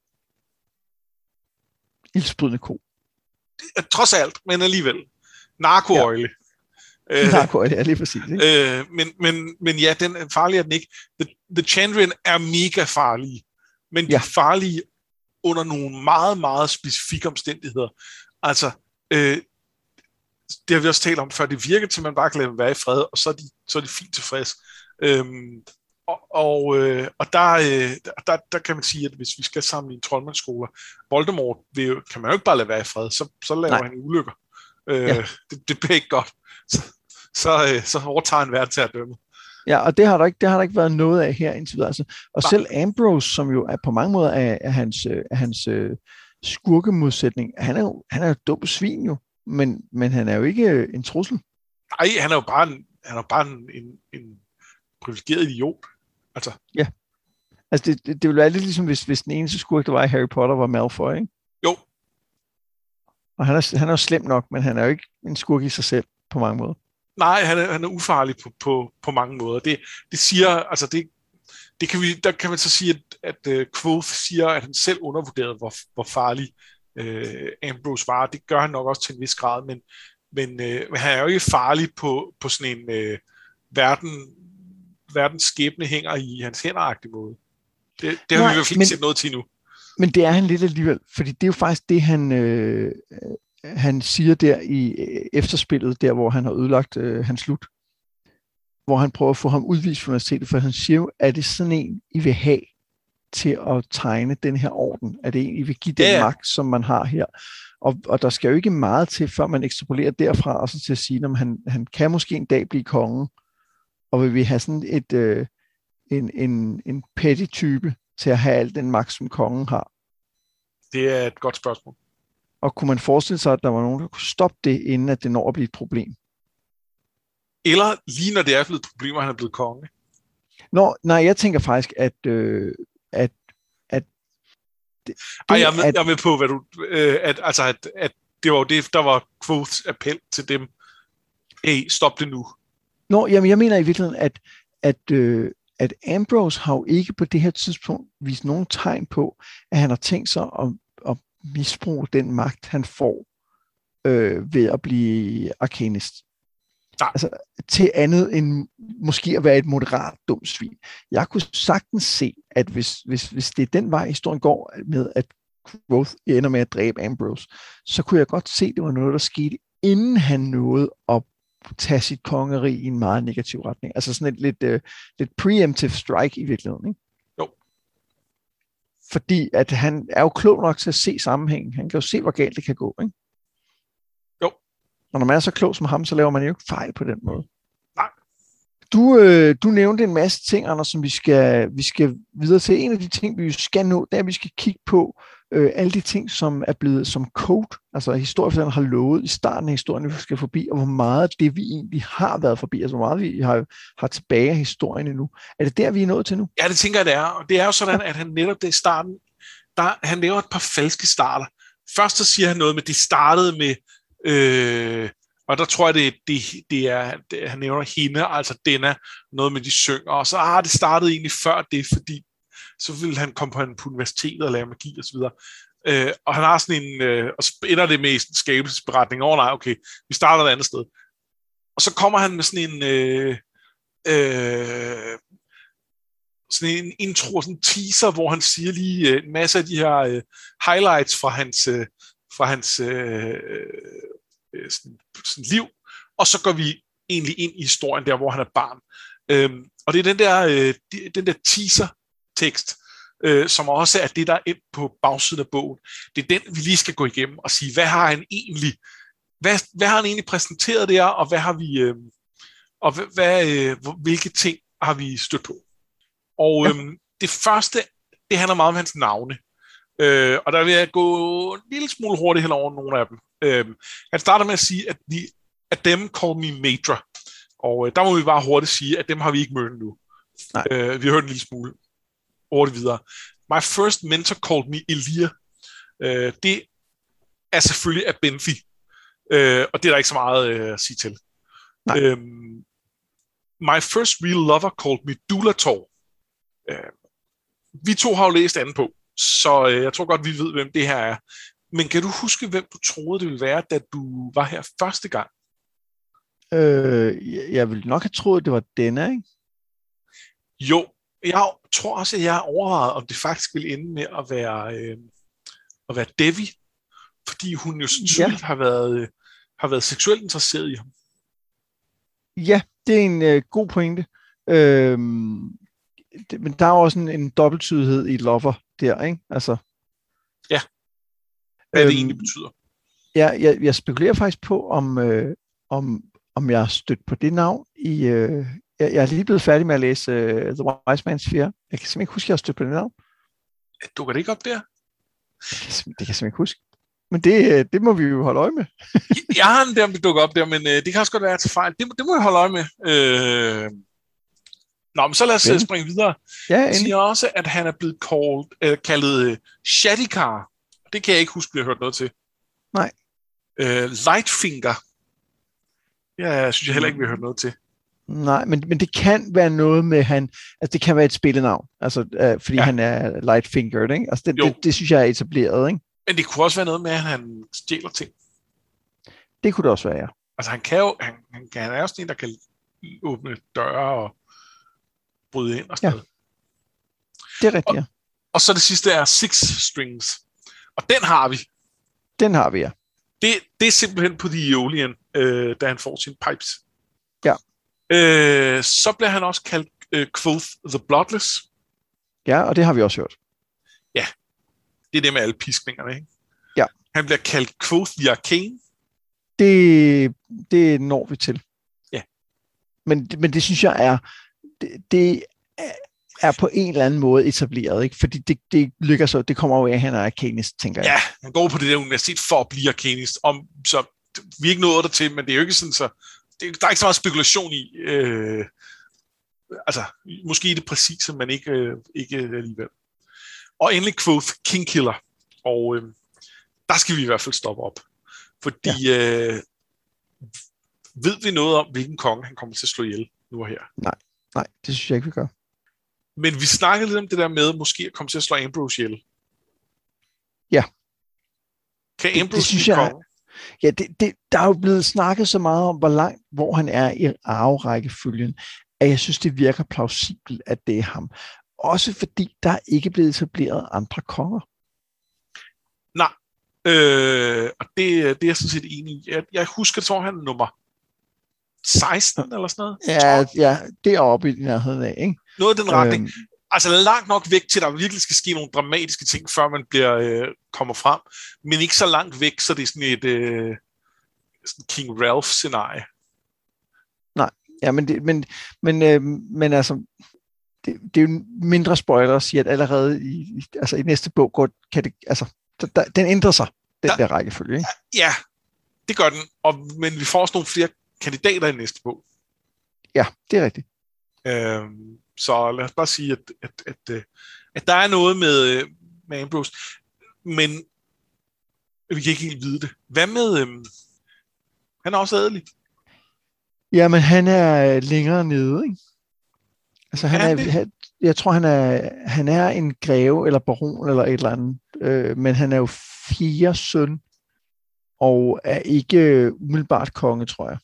S1: Ildsprydende ko.
S2: Trods alt, men alligevel. Narkoøjle.
S1: Ja. Narkoøjle, ja, lige præcis. Ikke?
S2: Øh, men, men, men ja, den er farlig er den ikke. The, the Chandrian er mega farlige, men de ja. er farlige under nogle meget, meget specifikke omstændigheder. Altså, øh, det har vi også talt om før, det virker til, at man bare kan lade dem være i fred, og så er de, så er de fint tilfreds. Øhm, og og, øh, og der, øh, der, der kan man sige, at hvis vi skal sammenligne troldmandsskoler, Voldemort vil, kan man jo ikke bare lade være i fred, så, så laver Nej. han ulykker. Øh, ja. det, det bliver ikke godt. Så, så, øh, så overtager en verden til at dømme.
S1: Ja, og det har der ikke, det har der ikke været noget af her indtil videre. Altså, og Nej. selv Ambrose, som jo er på mange måder er, er hans, er hans øh, skurkemodsætning, han er jo, han er jo dum svin jo, men, men han er jo ikke en trussel.
S2: Nej, han er jo bare en, han er bare en, en, en privilegeret idiot. Altså.
S1: Ja. Altså, det, det, det ville være lidt ligesom, hvis, hvis den eneste skurk, der var i Harry Potter, var Malfoy, ikke?
S2: Jo.
S1: Og han er, han er jo slem nok, men han er jo ikke en skurk i sig selv, på mange måder.
S2: Nej, han er, han er ufarlig på, på, på mange måder. Det, det siger, altså det, det kan vi, der kan man så sige, at, at uh, Quoth siger, at han selv undervurderede, hvor, hvor farlig uh, Ambrose var. Det gør han nok også til en vis grad, men, men, uh, men han er jo ikke farlig på, på sådan en uh, verden, verdens skæbne hænger i hans hænder-agtig måde. Det, det har Nej, vi i hvert fald ikke set noget til nu.
S1: Men det er han lidt alligevel, fordi det er jo faktisk det, han, øh, han siger der i efterspillet, der hvor han har ødelagt øh, hans slut. Hvor han prøver at få ham udvist fra universitetet, for han siger jo, er det sådan en, I vil have til at tegne den her orden? Er det en, I vil give den ja. magt, som man har her? Og, og der skal jo ikke meget til, før man ekstrapolerer derfra, og så til at sige, at han, han kan måske en dag blive konge, og vil vi have sådan et, øh, en, en, en petty type til at have al den magt, som kongen har?
S2: Det er et godt spørgsmål.
S1: Og kunne man forestille sig, at der var nogen, der kunne stoppe det, inden at det når at blive et problem?
S2: Eller lige når det er blevet et problem, og han er blevet konge?
S1: Nå, nej, jeg tænker faktisk, at... Øh, at, at
S2: det, Ej, jeg, er med, at, jeg er med på, hvad du... Øh, at, altså, at, at det var det, der var Quoths appel til dem. Hey, stop det nu.
S1: Nå, jamen, jeg mener i virkeligheden, at, at, øh, at Ambrose har jo ikke på det her tidspunkt vist nogen tegn på, at han har tænkt sig at, at misbruge den magt, han får øh, ved at blive arkanist. Altså, til andet end måske at være et moderat dumt svin. Jeg kunne sagtens se, at hvis, hvis, hvis det er den vej, historien går med, at Quoth ender med at dræbe Ambrose, så kunne jeg godt se, at det var noget, der skete, inden han nåede at tage sit kongeri i en meget negativ retning. Altså sådan et lidt, uh, lidt preemptive strike i virkeligheden, ikke?
S2: Jo.
S1: Fordi at han er jo klog nok til at se sammenhængen. Han kan jo se, hvor galt det kan gå, ikke? Og når man er så klog som ham, så laver man jo ikke fejl på den måde.
S2: Nej.
S1: Du, øh, du nævnte en masse ting, Anders, som vi skal, vi skal videre til. En af de ting, vi skal nå, det er, at vi skal kigge på øh, alle de ting, som er blevet som code, altså historiefortælleren har lovet i starten af historien, vi skal forbi, og hvor meget af det, vi egentlig har været forbi, altså hvor meget vi har, har tilbage af historien endnu. Er det der, vi er nået til nu?
S2: Ja, det tænker jeg, det er. Og det er jo sådan, at han netop det i starten, der, han laver et par falske starter. Først så siger han noget med, det startede med Øh, og der tror jeg, det, det, det er, det, han nævner hende, altså denne, noget med de synger, og så ah, det startede egentlig før det, fordi så ville han komme på, på universitetet og lære magi og så videre. Øh, og han har sådan en, øh, og så ender det med en skabelsesberetning, åh oh, nej, okay, vi starter et andet sted. Og så kommer han med sådan en, øh, øh, sådan en intro, sådan en teaser, hvor han siger lige øh, en masse af de her øh, highlights fra hans, øh, fra hans øh, øh, sådan, sådan liv, og så går vi egentlig ind i historien der, hvor han er barn. Øhm, og det er den der, øh, den der teaser-tekst, øh, som også er det, der er ind på bagsiden af bogen. Det er den, vi lige skal gå igennem og sige, hvad har han egentlig, hvad, hvad har han egentlig præsenteret der, og hvad har vi, øh, og hvad, hvad, øh, hvilke ting har vi stødt på. Og øh, det første, det handler meget om hans navne. Øh, og der vil jeg gå en lille smule hurtigt hen over nogle af dem. Øh, han starter med at sige, at, vi, at dem call me Madra. Og øh, der må vi bare hurtigt sige, at dem har vi ikke mødt endnu. Øh, vi har hørt en lille smule hurtigt videre. My first mentor called me Elia. Øh, det er selvfølgelig af Benfi. Øh, og det er der ikke så meget øh, at sige til. Øh, my first real lover called me Dulator. Øh, vi to har jo læst anden på. Så øh, jeg tror godt, vi ved, hvem det her er. Men kan du huske, hvem du troede, det ville være, da du var her første gang?
S1: Øh, jeg ville nok have troet, det var denne, ikke?
S2: Jo, jeg tror også, at jeg har overvejet, om det faktisk ville ende med at være, øh, at være Devi. Fordi hun jo sandsynligt ja. har, været, øh, har været seksuelt interesseret i ham.
S1: Ja, det er en øh, god pointe. Øh, det, men der er også en, en dobbelttydighed i lover der, ikke? Altså,
S2: ja, hvad øhm, det egentlig betyder.
S1: Ja, jeg, jeg spekulerer faktisk på, om, øh, om, om jeg har stødt på det navn i... Øh, jeg, jeg er lige blevet færdig med at læse uh, The Wise Man's Fear. Jeg kan simpelthen ikke huske, at jeg har stødt på det navn.
S2: Dukker det ikke op der?
S1: Det kan, det kan jeg simpelthen ikke huske. Men det, det må vi jo holde øje med.
S2: Jeg har den der, om det dukker op der, men øh, det kan også godt være til fejl. Det, det må jeg holde øje med. Øh, Nå, men så lad os
S1: Men.
S2: springe videre.
S1: Ja,
S2: Han siger også, at han er blevet called, øh, kaldet øh, Shadikar. Det kan jeg ikke huske, vi har hørt noget til.
S1: Nej.
S2: Øh, Lightfinger. Ja, synes jeg heller ikke, vi har hørt noget til.
S1: Nej, men, men det kan være noget med han, altså det kan være et spillenavn, altså øh, fordi ja. han er Lightfingered, ikke? Altså det, det, det synes jeg er etableret, ikke?
S2: Men det kunne også være noget med, at han stjæler ting.
S1: Det kunne det også være, ja.
S2: Altså han kan jo, han, han, kan, han er jo sådan en, der kan åbne døre og bryde ind og sådan
S1: ja.
S2: noget.
S1: Det er rigtigt, ja.
S2: Og, og så det sidste er Six Strings. Og den har vi.
S1: Den har vi, ja.
S2: Det, det er simpelthen på The Aeolian, øh, da han får sine pipes.
S1: Ja.
S2: Øh, så bliver han også kaldt øh, Quoth the Bloodless.
S1: Ja, og det har vi også hørt.
S2: Ja, det er det med alle piskningerne, ikke?
S1: Ja.
S2: Han bliver kaldt Quoth the Arcane.
S1: Det, det når vi til.
S2: Ja.
S1: Men, men det synes jeg er, det, det er på en eller anden måde etableret, ikke? Fordi det, det lykkes så, det kommer jo af, at han er arcanist, tænker jeg.
S2: Ja, han går på det der universitet for at blive arcanist. Om, så vi er ikke nået der til, men det er jo ikke sådan, så det, der er ikke så meget spekulation i, øh, altså, måske i det præcise, men ikke, øh, ikke alligevel. Og endelig Quoth Kingkiller, og øh, der skal vi i hvert fald stoppe op. Fordi ja. øh, ved vi noget om, hvilken konge han kommer til at slå ihjel nu og her?
S1: Nej, nej, det synes jeg ikke, vi gør.
S2: Men vi snakkede lidt om det der med, måske at komme til at slå Ambrose ihjel.
S1: Ja.
S2: Kan Ambrose det, det synes jeg, konge?
S1: Ja, det, det, der er jo blevet snakket så meget om, hvor langt, hvor han er i arverækkefølgen, at jeg synes, det virker plausibelt, at det er ham. Også fordi, der er ikke blevet etableret andre konger.
S2: Nej, øh, og det, det er jeg sådan set enig i. Jeg, jeg husker, tror han er nummer seksten eller sådan noget.
S1: Ja, ja, det er oppe i nærheden af, ikke?
S2: Noget af den retning. Øhm. Altså langt nok væk til, at der virkelig skal ske nogle dramatiske ting, før man bliver, øh, kommer frem. Men ikke så langt væk, så det er sådan et øh, sådan King Ralph-scenarie.
S1: Nej, ja, men, det, men, men, øh, men altså, det, det er jo mindre spoiler at sige, at allerede i, altså, i næste bog går, kan det, altså, der, der, den ændrer sig, den der, der rækkefølge, ikke?
S2: Ja, det gør den. Og, men vi får også nogle flere kandidater i næste bog.
S1: Ja, det er rigtigt.
S2: Øhm, så lad os bare sige, at, at, at, at, at der er noget med, med Ambrose, men vi kan ikke helt vide det. Hvad med, øhm, han er også adelig.
S1: Jamen, han er længere nede, ikke? Altså, han er, er jeg tror, han er, han er en greve eller baron eller et eller andet, øh, men han er jo fjerde søn, og er ikke umiddelbart konge, tror jeg.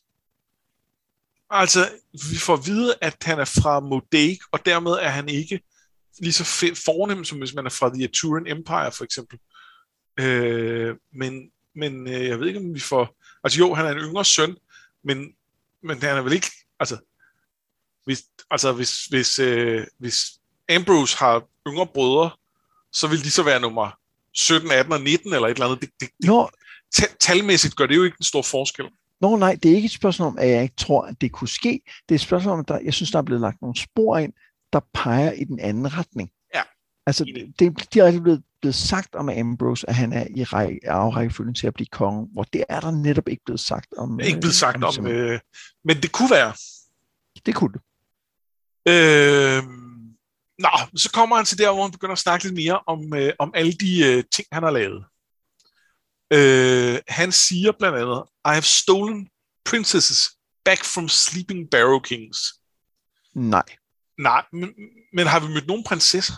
S2: Altså, vi får at vide, at han er fra Modaic, og dermed er han ikke lige så fornem, som hvis man er fra The Aturan Empire, for eksempel. Øh, men men øh, jeg ved ikke, om vi får... Altså jo, han er en yngre søn, men, men han er vel ikke... Altså, hvis, altså, hvis, hvis, øh, hvis Ambrose har yngre brødre, så vil de så være nummer sytten, atten og nitten, eller et eller andet. Det, det, det,
S1: Nå.
S2: Talmæssigt gør det jo ikke en stor forskel.
S1: Nå nej, det er ikke et spørgsmål om, at jeg ikke tror, at det kunne ske. Det er et spørgsmål om, at der, jeg synes, der er blevet lagt nogle spor ind, der peger i den anden retning.
S2: Ja.
S1: Altså, det er direkte blevet, blevet sagt om Ambrose, at han er i afrækkefølgen til at blive konge, hvor det er der netop ikke blevet sagt om.
S2: Det er ikke blevet sagt om, om øh, men det kunne være.
S1: Det kunne det.
S2: Øh, nå, så kommer han til der, hvor han begynder at snakke lidt mere om, øh, om alle de øh, ting, han har lavet. Øh, han siger blandt andet, I have stolen princesses back from sleeping Barrow Kings.
S1: Nej.
S2: Nej, men, men har vi mødt nogen prinsesser?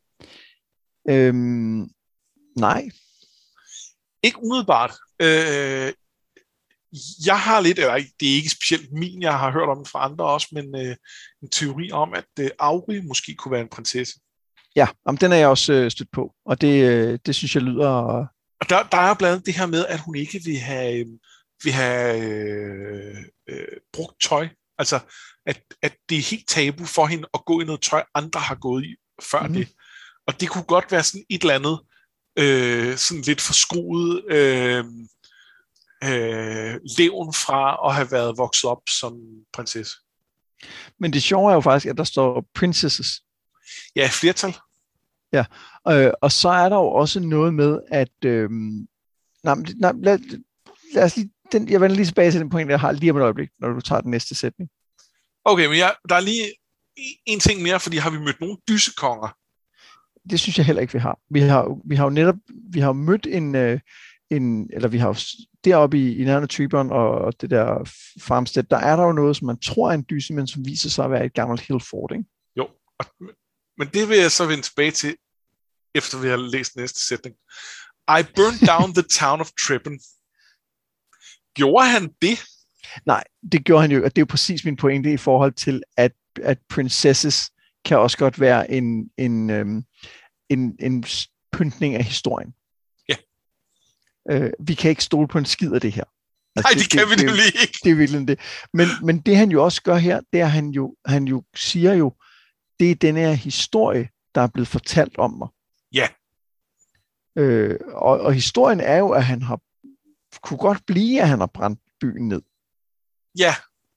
S1: Øhm, nej.
S2: Ikke umiddelbart. Øh, jeg har lidt, eller det er ikke specielt min, jeg har hørt om fra andre også, men øh, en teori om, at øh, Auri måske kunne være en prinsesse.
S1: Ja, jamen, den er jeg også øh, stødt på, og det, øh, det synes jeg lyder...
S2: Og der, der er blandt andet det her med, at hun ikke vil have, vil have øh, øh, brugt tøj. Altså, at, at det er helt tabu for hende at gå i noget tøj, andre har gået i før mm. det. Og det kunne godt være sådan et eller andet, øh, sådan lidt forskruet øh, øh, levn fra at have været vokset op som prinsesse.
S1: Men det sjove er jo faktisk, at der står princesses.
S2: Ja, flertal.
S1: Ja, øh, og så er der jo også noget med, at... Øh, nej, nej, lad, lad os lige... Den, jeg vender lige tilbage til den point, jeg har lige om et øjeblik, når du tager den næste sætning.
S2: Okay, men jeg, der er lige en ting mere, fordi har vi mødt nogle dyssekonger?
S1: Det synes jeg heller ikke, vi har. Vi har, vi har jo netop vi har mødt en, en, eller vi har jo deroppe i, i nærmere Tribon og, og det der Farmstead, der er der jo noget, som man tror er en dyse, men som viser sig at være et gammelt Hillfort, ikke?
S2: Jo, og, men det vil jeg så vende tilbage til, efter vi har læst næste sætning. I burned down the town of Trippen. Gjorde han det?
S1: Nej, det gjorde han jo, og det er jo præcis min pointe i forhold til, at, at princesses kan også godt være en, en, øhm, en, en pyntning af historien.
S2: Ja.
S1: Øh, vi kan ikke stole på en skid af det her.
S2: Altså, Nej, det, det kan det, vi nemlig ikke.
S1: Det, det er virkelig det. Men, men det han jo også gør her, det er, at han jo, han jo siger jo, det er den her historie, der er blevet fortalt om mig.
S2: Ja.
S1: Øh, og, og historien er jo, at han har kunne godt blive, at han har brændt byen ned.
S2: Ja.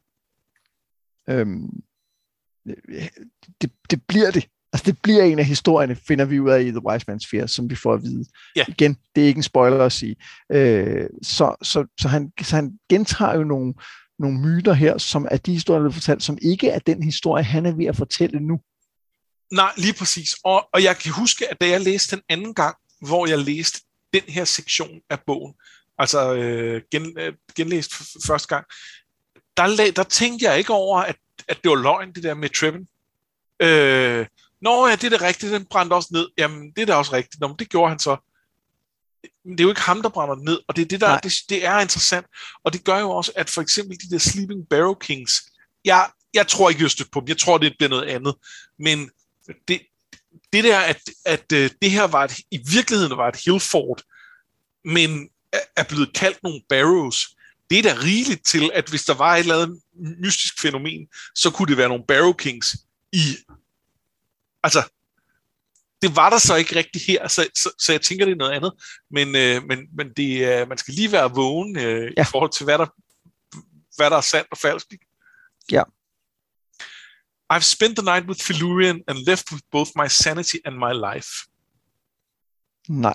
S1: Øhm, det, det bliver det. Altså det bliver en af historierne, finder vi ud af i The Wise Man's Fear, som vi får at vide.
S2: Ja.
S1: Igen, det er ikke en spoiler at sige. Øh, så, så, så, han, så han gentager jo nogle, nogle myter her, som er de historier, der er fortalt, som ikke er den historie, han er ved at fortælle nu.
S2: Nej, lige præcis. Og, og jeg kan huske, at da jeg læste den anden gang, hvor jeg læste den her sektion af bogen, altså øh, gen, øh, genlæst f- første gang, der, der tænkte jeg ikke over, at, at det var løgn, det der med Trippen. Øh, Nå ja, det er det rigtigt, den brændte også ned. Jamen, det er da også rigtigt. Nå, men det gjorde han så. Men det er jo ikke ham, der brænder ned, og det er det, der det, det er interessant. Og det gør jo også, at for eksempel de der Sleeping Barrow Kings, jeg, jeg tror ikke, jeg støtte på dem. Jeg tror, det bliver noget andet. Men det, det der, at, at det her var et, i virkeligheden var et Hillfort, men er blevet kaldt nogle Barrows, det er da rigeligt til, at hvis der var et eller andet mystisk fænomen, så kunne det være nogle Barrow Kings i... Altså, det var der så ikke rigtigt her, så, så, så jeg tænker, det er noget andet. Men, øh, men, men det, øh, man skal lige være vågen øh, ja. i forhold til, hvad der, hvad der er sandt og falsk.
S1: Ja.
S2: I've spent the night with Felurian and left with both my sanity and my life.
S1: Nej.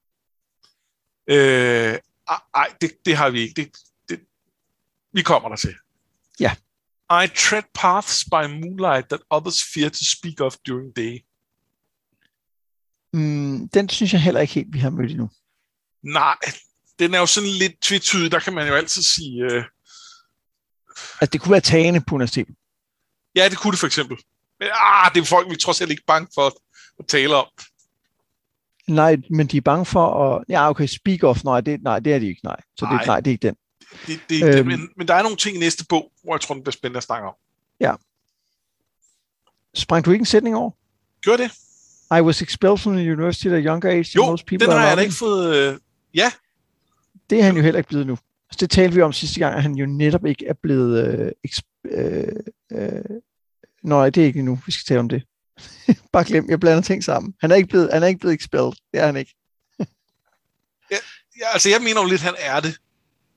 S2: Øh, ej, det, det har vi ikke. Det, det, vi kommer der til.
S1: Ja.
S2: I tread paths by moonlight that others fear to speak of during day.
S1: Mm, den synes jeg heller ikke helt, vi har mødt endnu.
S2: Nej, den er jo sådan lidt tvetydig. Der kan man jo altid sige... Øh...
S1: Altså, det kunne være tagende på universitetet.
S2: Ja, det kunne det for eksempel. Men ah, det er folk, vi trods alt ikke bange for at, at tale om.
S1: Nej, men de er bange for at... Ja, okay, speak of. Nej, det, nej, det er de ikke, nej. Så det, nej, det er ikke den.
S2: Det, det er ikke øhm, den. Men, men der er nogle ting i næste bog, hvor jeg tror, den bliver spændende at snakke om.
S1: Ja. Sprang du ikke en sætning over?
S2: Gør det.
S1: I was expelled from the university at a younger age.
S2: Jo, most people den har jeg da ikke fået... Øh... Ja.
S1: Det er han jo heller ikke blevet nu. Altså, det talte vi om sidste gang, at han jo netop ikke er blevet... Øh, eksp- øh, øh... Nej, det er ikke nu. Vi skal tale om det. Bare glem, jeg blander ting sammen. Han er ikke blevet, han er ikke blevet expelled. Det er han ikke.
S2: ja, ja, altså, jeg mener jo lidt, han er det.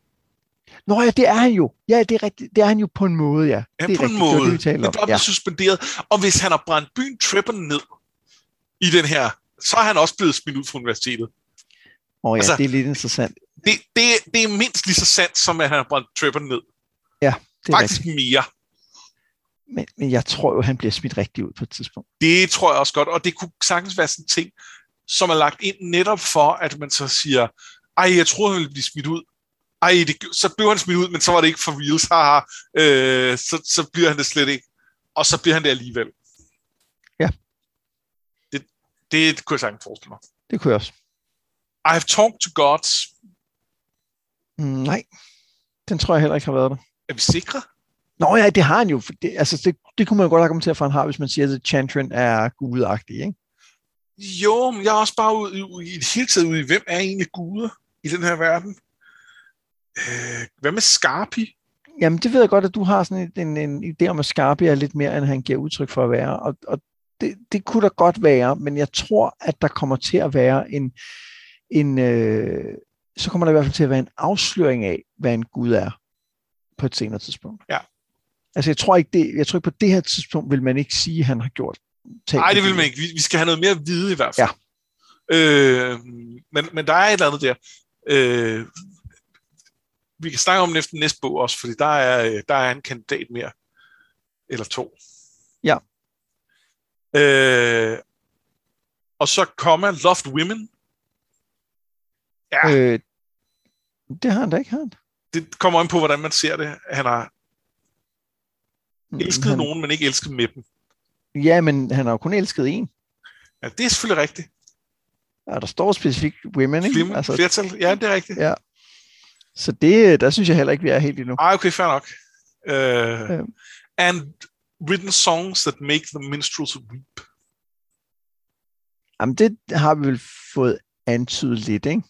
S1: Nå ja, det er han jo. Ja, det er rigtigt. Det er han jo på en måde, ja.
S2: Ja,
S1: det er
S2: på
S1: rigtigt.
S2: en måde.
S1: Det, det, vi
S2: men bare ja. suspenderet. Og hvis han har brændt byen Trippen ned i den her, så er han også blevet smidt ud fra universitetet.
S1: Åh oh, ja, altså, det er lidt interessant.
S2: Det, det, det er mindst lige så sandt, som at han har brændt Trippen ned.
S1: Ja, det er
S2: faktisk rigtigt. Mere.
S1: Men, men jeg tror jo, han bliver smidt rigtig ud på et tidspunkt.
S2: Det tror jeg også godt, og det kunne sagtens være sådan en ting, som er lagt ind netop for, at man så siger, ej, jeg troede, han ville blive smidt ud. Ej, det, så blev han smidt ud, men så var det ikke for reals, haha. Øh, så, så bliver han det slet ikke. Og så bliver han det alligevel.
S1: Ja.
S2: Det, det, det kunne jeg sagtens forestille mig.
S1: Det kunne jeg også.
S2: I have talked to gods.
S1: Mm, nej, den tror jeg heller ikke har været der.
S2: Er vi sikre?
S1: Nå ja, det har han jo. Det, altså, det, det kunne man jo godt argumentere for, han har, hvis man siger, at Chantrin er gudagtig, ikke?
S2: Jo, men jeg er også bare ude i det hele taget ude i, hvem er egentlig guder i den her verden? Øh, hvad med Scarpi?
S1: Jamen, det ved jeg godt, at du har sådan en, en, en idé om, at Scarpi er lidt mere, end han giver udtryk for at være. Og, og det, det kunne da godt være, men jeg tror, at der kommer til at være en... en øh, så kommer der i hvert fald til at være en afsløring af, hvad en gud er på et senere tidspunkt.
S2: Ja.
S1: Altså, jeg tror ikke, det, jeg tror ikke på det her tidspunkt vil man ikke sige, at han har gjort.
S2: Nej, det vil man ikke. Vi, vi skal have noget mere at vide i hvert fald. Ja. Øh, men, men der er et eller andet der. Øh, vi kan snakke om den efter næste bog også, fordi der er, der er en kandidat mere. Eller to.
S1: Ja,
S2: Øh, og så kommer Loved Women. Ja.
S1: Øh, det har han da ikke, han.
S2: Det kommer an på, hvordan man ser det. Han har elsket
S1: han...
S2: nogen, men ikke elsket med dem.
S1: Ja, men han har jo kun elsket en.
S2: Ja, det er selvfølgelig rigtigt.
S1: Ja, der står specifikt women, ikke?
S2: Flim, altså, flertal, ja, det er rigtigt.
S1: Ja. Så det, der synes jeg heller ikke, vi er helt endnu.
S2: Ej, okay, fair nok. Uh, ja. And written songs that make the minstrels weep.
S1: Jamen, det har vi vel fået antydet lidt, ikke?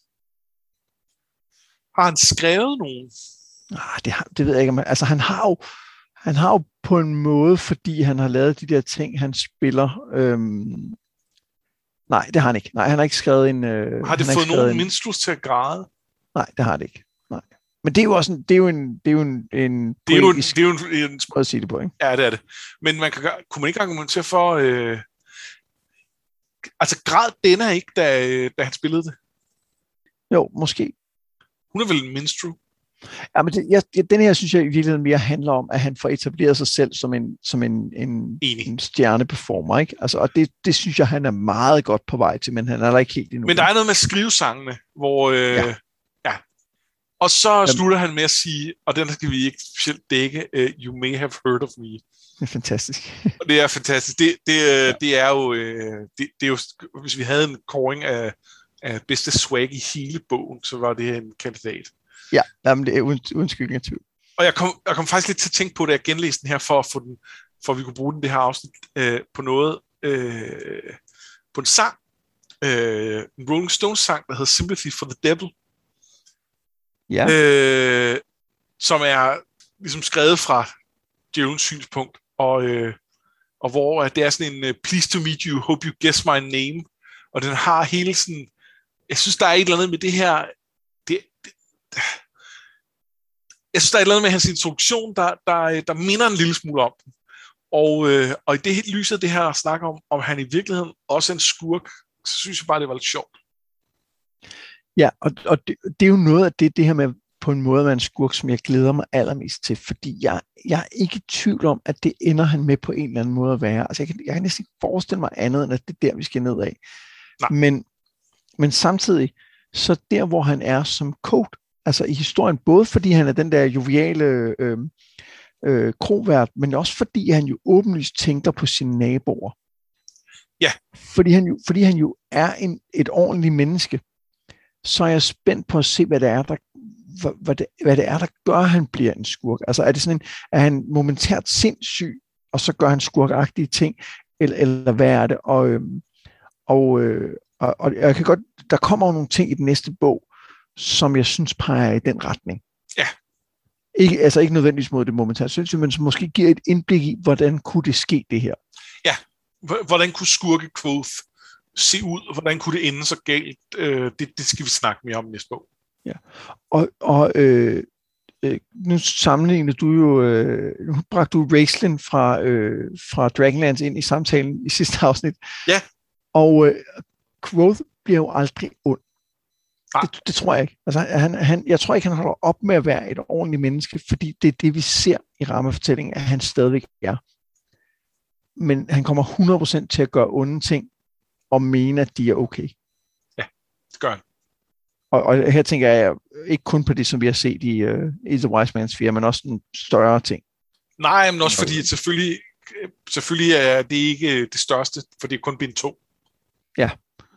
S2: Har han skrevet nogen?
S1: Ah, det, har, det ved jeg ikke. Altså, han har jo han har jo på en måde, fordi han har lavet de der ting, han spiller. Øhm... Nej, det har han ikke. Nej, han har ikke skrevet en... Øh...
S2: Har det fået nogen en... minstrels til at græde?
S1: Nej, det har det ikke. Nej. Men det er jo også en, det er jo en, det er jo en, en
S2: det er jo en, det er jo en, en
S1: måde at sige det på, ikke?
S2: Ja, det er det. Men man kan, kunne man ikke argumentere for... Øh... Altså, græd denne ikke, da, da han spillede det?
S1: Jo, måske.
S2: Hun er vel en minstrel?
S1: Ja, men det, jeg, den her synes jeg i virkeligheden mere handler om, at han får etableret sig selv som en, som en, en, en stjerneperformer, ikke? Altså, og det, det synes jeg, han er meget godt på vej til, men han er der ikke helt endnu.
S2: Men der er noget med skrivesangene, hvor... Øh, ja. ja. Og så Jamen. slutter han med at sige, og den skal vi ikke specielt dække, uh, you may have heard of me.
S1: Det er fantastisk.
S2: Og det er fantastisk. Det, det, ja. det er jo... Det, det er jo, hvis vi havde en kåring af, af bedste swag i hele bogen, så var det en kandidat.
S1: Ja, jamen det er uden, uden skyggen af tvivl.
S2: Og jeg kom, jeg kom faktisk lidt til at tænke på, da jeg genlæste den her, for at, få den, for at vi kunne bruge den det her afsnit, øh, på noget, øh, på en sang, øh, en Rolling Stones sang, der hedder Sympathy for the Devil,
S1: ja.
S2: øh, som er ligesom skrevet fra djævelens synspunkt, og, øh, og hvor det er sådan en uh, pleased to meet you, hope you guess my name, og den har hele sådan, jeg synes, der er et eller andet med det her, det, det jeg synes, der er et eller andet med hans introduktion, der, der, der minder en lille smule om den. Og, øh, og i det helt lyset det her at snakke om, om han i virkeligheden også er en skurk, så synes jeg bare, det var lidt sjovt.
S1: Ja, og, og det, det er jo noget af det, det her med på en måde at være en skurk, som jeg glæder mig allermest til, fordi jeg, jeg er ikke i tvivl om, at det ender han med på en eller anden måde at være. Altså, jeg kan, jeg kan næsten ikke forestille mig andet, end at det er der, vi skal ned af. Men, men samtidig, så der, hvor han er som Code, altså i historien, både fordi han er den der joviale øh, øh, krovært, men også fordi han jo åbenlyst tænker på sine naboer.
S2: Ja.
S1: Fordi han jo, fordi han jo er en, et ordentligt menneske, så er jeg spændt på at se, hvad det er, der, hvad, hvad det, hvad det er, der gør, at han bliver en skurk. Altså er det sådan en, er han momentært sindssyg, og så gør han skurkagtige ting, eller, eller hvad er det? Og, øh, og, øh, og, og jeg kan godt, der kommer jo nogle ting i den næste bog, som jeg synes peger i den retning.
S2: Ja.
S1: Ikke, altså ikke nødvendigvis mod det momentært sindssyge, men som måske giver et indblik i, hvordan kunne det ske, det her.
S2: Ja, hvordan kunne skurke Quoth se ud, og hvordan kunne det ende så galt? Øh, det, det skal vi snakke mere om næste bog.
S1: Ja, og, og øh, øh, nu sammenligner du jo, øh, nu bragte du Raistlin fra, øh, fra Dragonlance ind i samtalen i sidste afsnit.
S2: Ja.
S1: Og øh, Quoth bliver jo aldrig ond. Det, det tror jeg ikke. Altså, han, han, jeg tror ikke, han holder op med at være et ordentligt menneske, fordi det er det, vi ser i rammefortællingen, at han stadigvæk er. Men han kommer hundrede procent til at gøre onde ting, og mene, at de er okay.
S2: Ja, det gør han.
S1: Og, og her tænker jeg ikke kun på det, som vi har set i, uh, i The Wise Man's Fear, men også en større ting.
S2: Nej, men også fordi, at selvfølgelig, selvfølgelig er det ikke det største, for det er kun bind to.
S1: Ja.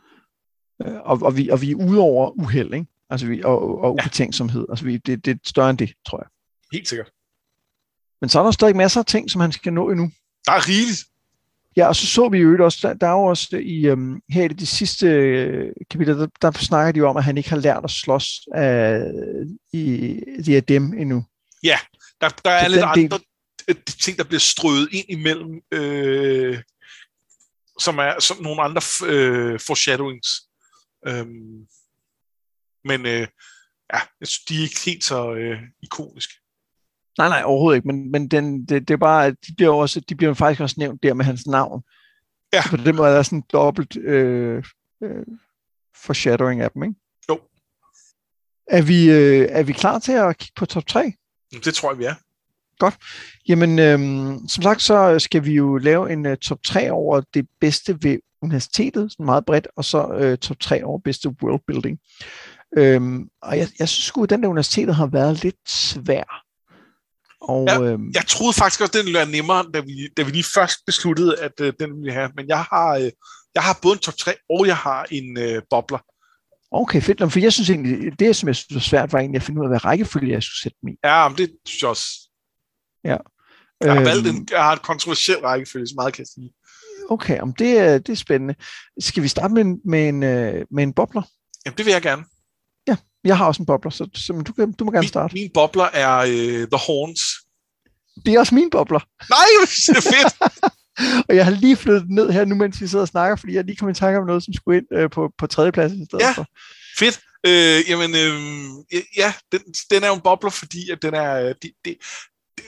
S1: Og, og, vi, og vi er ude over uheld, ikke? Altså vi, og, og ubetænksomhed. Altså vi, det, det er større end det, tror jeg.
S2: Helt sikkert.
S1: Men så er der stadig masser af ting, som han skal nå endnu.
S2: Der er rigeligt.
S1: Ja, og så så vi jo også, der, der er jo også i, um, her i de sidste øh, kapitler, der, der snakker de jo om, at han ikke har lært at slås af, i diadem endnu.
S2: Ja, der, der er så lidt andre del... ting, der bliver strøget ind imellem, øh, som er som nogle andre øh, foreshadowings. Øhm, men øh, ja, de er ikke helt så øh, ikoniske.
S1: Nej, nej, overhovedet ikke, men, men den, det, det er bare, de bliver, også, de bliver faktisk også nævnt der med hans navn.
S2: Ja.
S1: Så på den måde er der sådan en dobbelt øh, øh, foreshadowing af dem, ikke?
S2: Jo.
S1: Er vi, øh, er vi klar til at kigge på top tre?
S2: Det tror jeg, vi er.
S1: Godt. Jamen, øhm, som sagt, så skal vi jo lave en uh, top tre over det bedste ved universitetet, sådan meget bredt, og så uh, top tre over bedste worldbuilding. Øhm, og jeg, jeg synes sgu, at den der universitetet har været lidt svær. Og,
S2: ja,
S1: øhm,
S2: jeg troede faktisk også, at den ville være nemmere, da vi, da vi lige først besluttede, at uh, den ville have. Men jeg har, uh, jeg har både en top tre, og jeg har en uh, bobler.
S1: Okay, fedt. For jeg synes egentlig, det som jeg synes var svært, var egentlig at finde ud af, hvad rækkefølge jeg skulle sætte dem i.
S2: Ja, men det synes jeg også.
S1: Ja.
S2: Jeg har
S1: øhm,
S2: valgt en, jeg har et kontroversielt rækkefølge, så meget kan jeg sige.
S1: Okay, om det, er, det er spændende. Skal vi starte med en, med en, med en bobler?
S2: Jamen, det vil jeg gerne.
S1: Ja, jeg har også en bobler, så, så du, kan, du må gerne
S2: min,
S1: starte.
S2: Min bobler er uh, The Horns.
S1: Det er også min bobler.
S2: Nej, det er fedt!
S1: Og jeg har lige flyttet den ned her nu, mens vi sidder og snakker, fordi jeg lige kom i tanke om noget, som skulle ind øh, på, på tredjepladsen i stedet
S2: ja,
S1: for.
S2: Fedt. Øh, jamen, øh, ja, den, den er jo en bobler, fordi at den er... Det, det, det,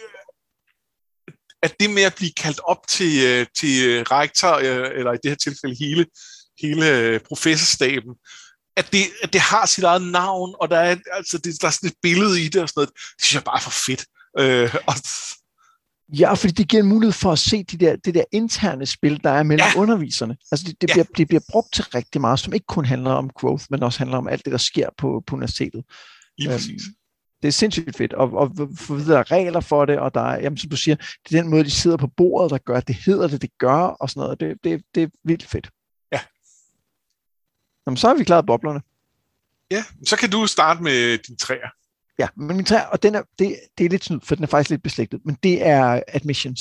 S2: at det med at blive kaldt op til, til rektor, eller i det her tilfælde hele, hele professorstaben, at det, at det har sit eget navn, og der er, altså, det, der er sådan et billede i det og sådan noget, det synes jeg bare er for fedt. Øh, og
S1: Ja, fordi det giver en mulighed for at se de der, det der interne spil, der er mellem ja. underviserne. Altså det, det, ja. bliver, det bliver brugt til rigtig meget, som ikke kun handler om growth, men også handler om alt det, der sker på, på universitetet.
S2: Lige præcis.
S1: Um, det er sindssygt fedt, og, og for der er regler for det, og der er, jamen, som du siger, det er den måde, de sidder på bordet, der gør, at det hedder det, det gør, og sådan noget. Det, det, det er vildt fedt.
S2: Ja.
S1: Jamen, så har vi klaret boblerne.
S2: Ja, så kan du starte med din træer.
S1: Ja, men min træer, og den er, det, det er lidt snyd, for den er faktisk lidt beslægtet, men det er admissions.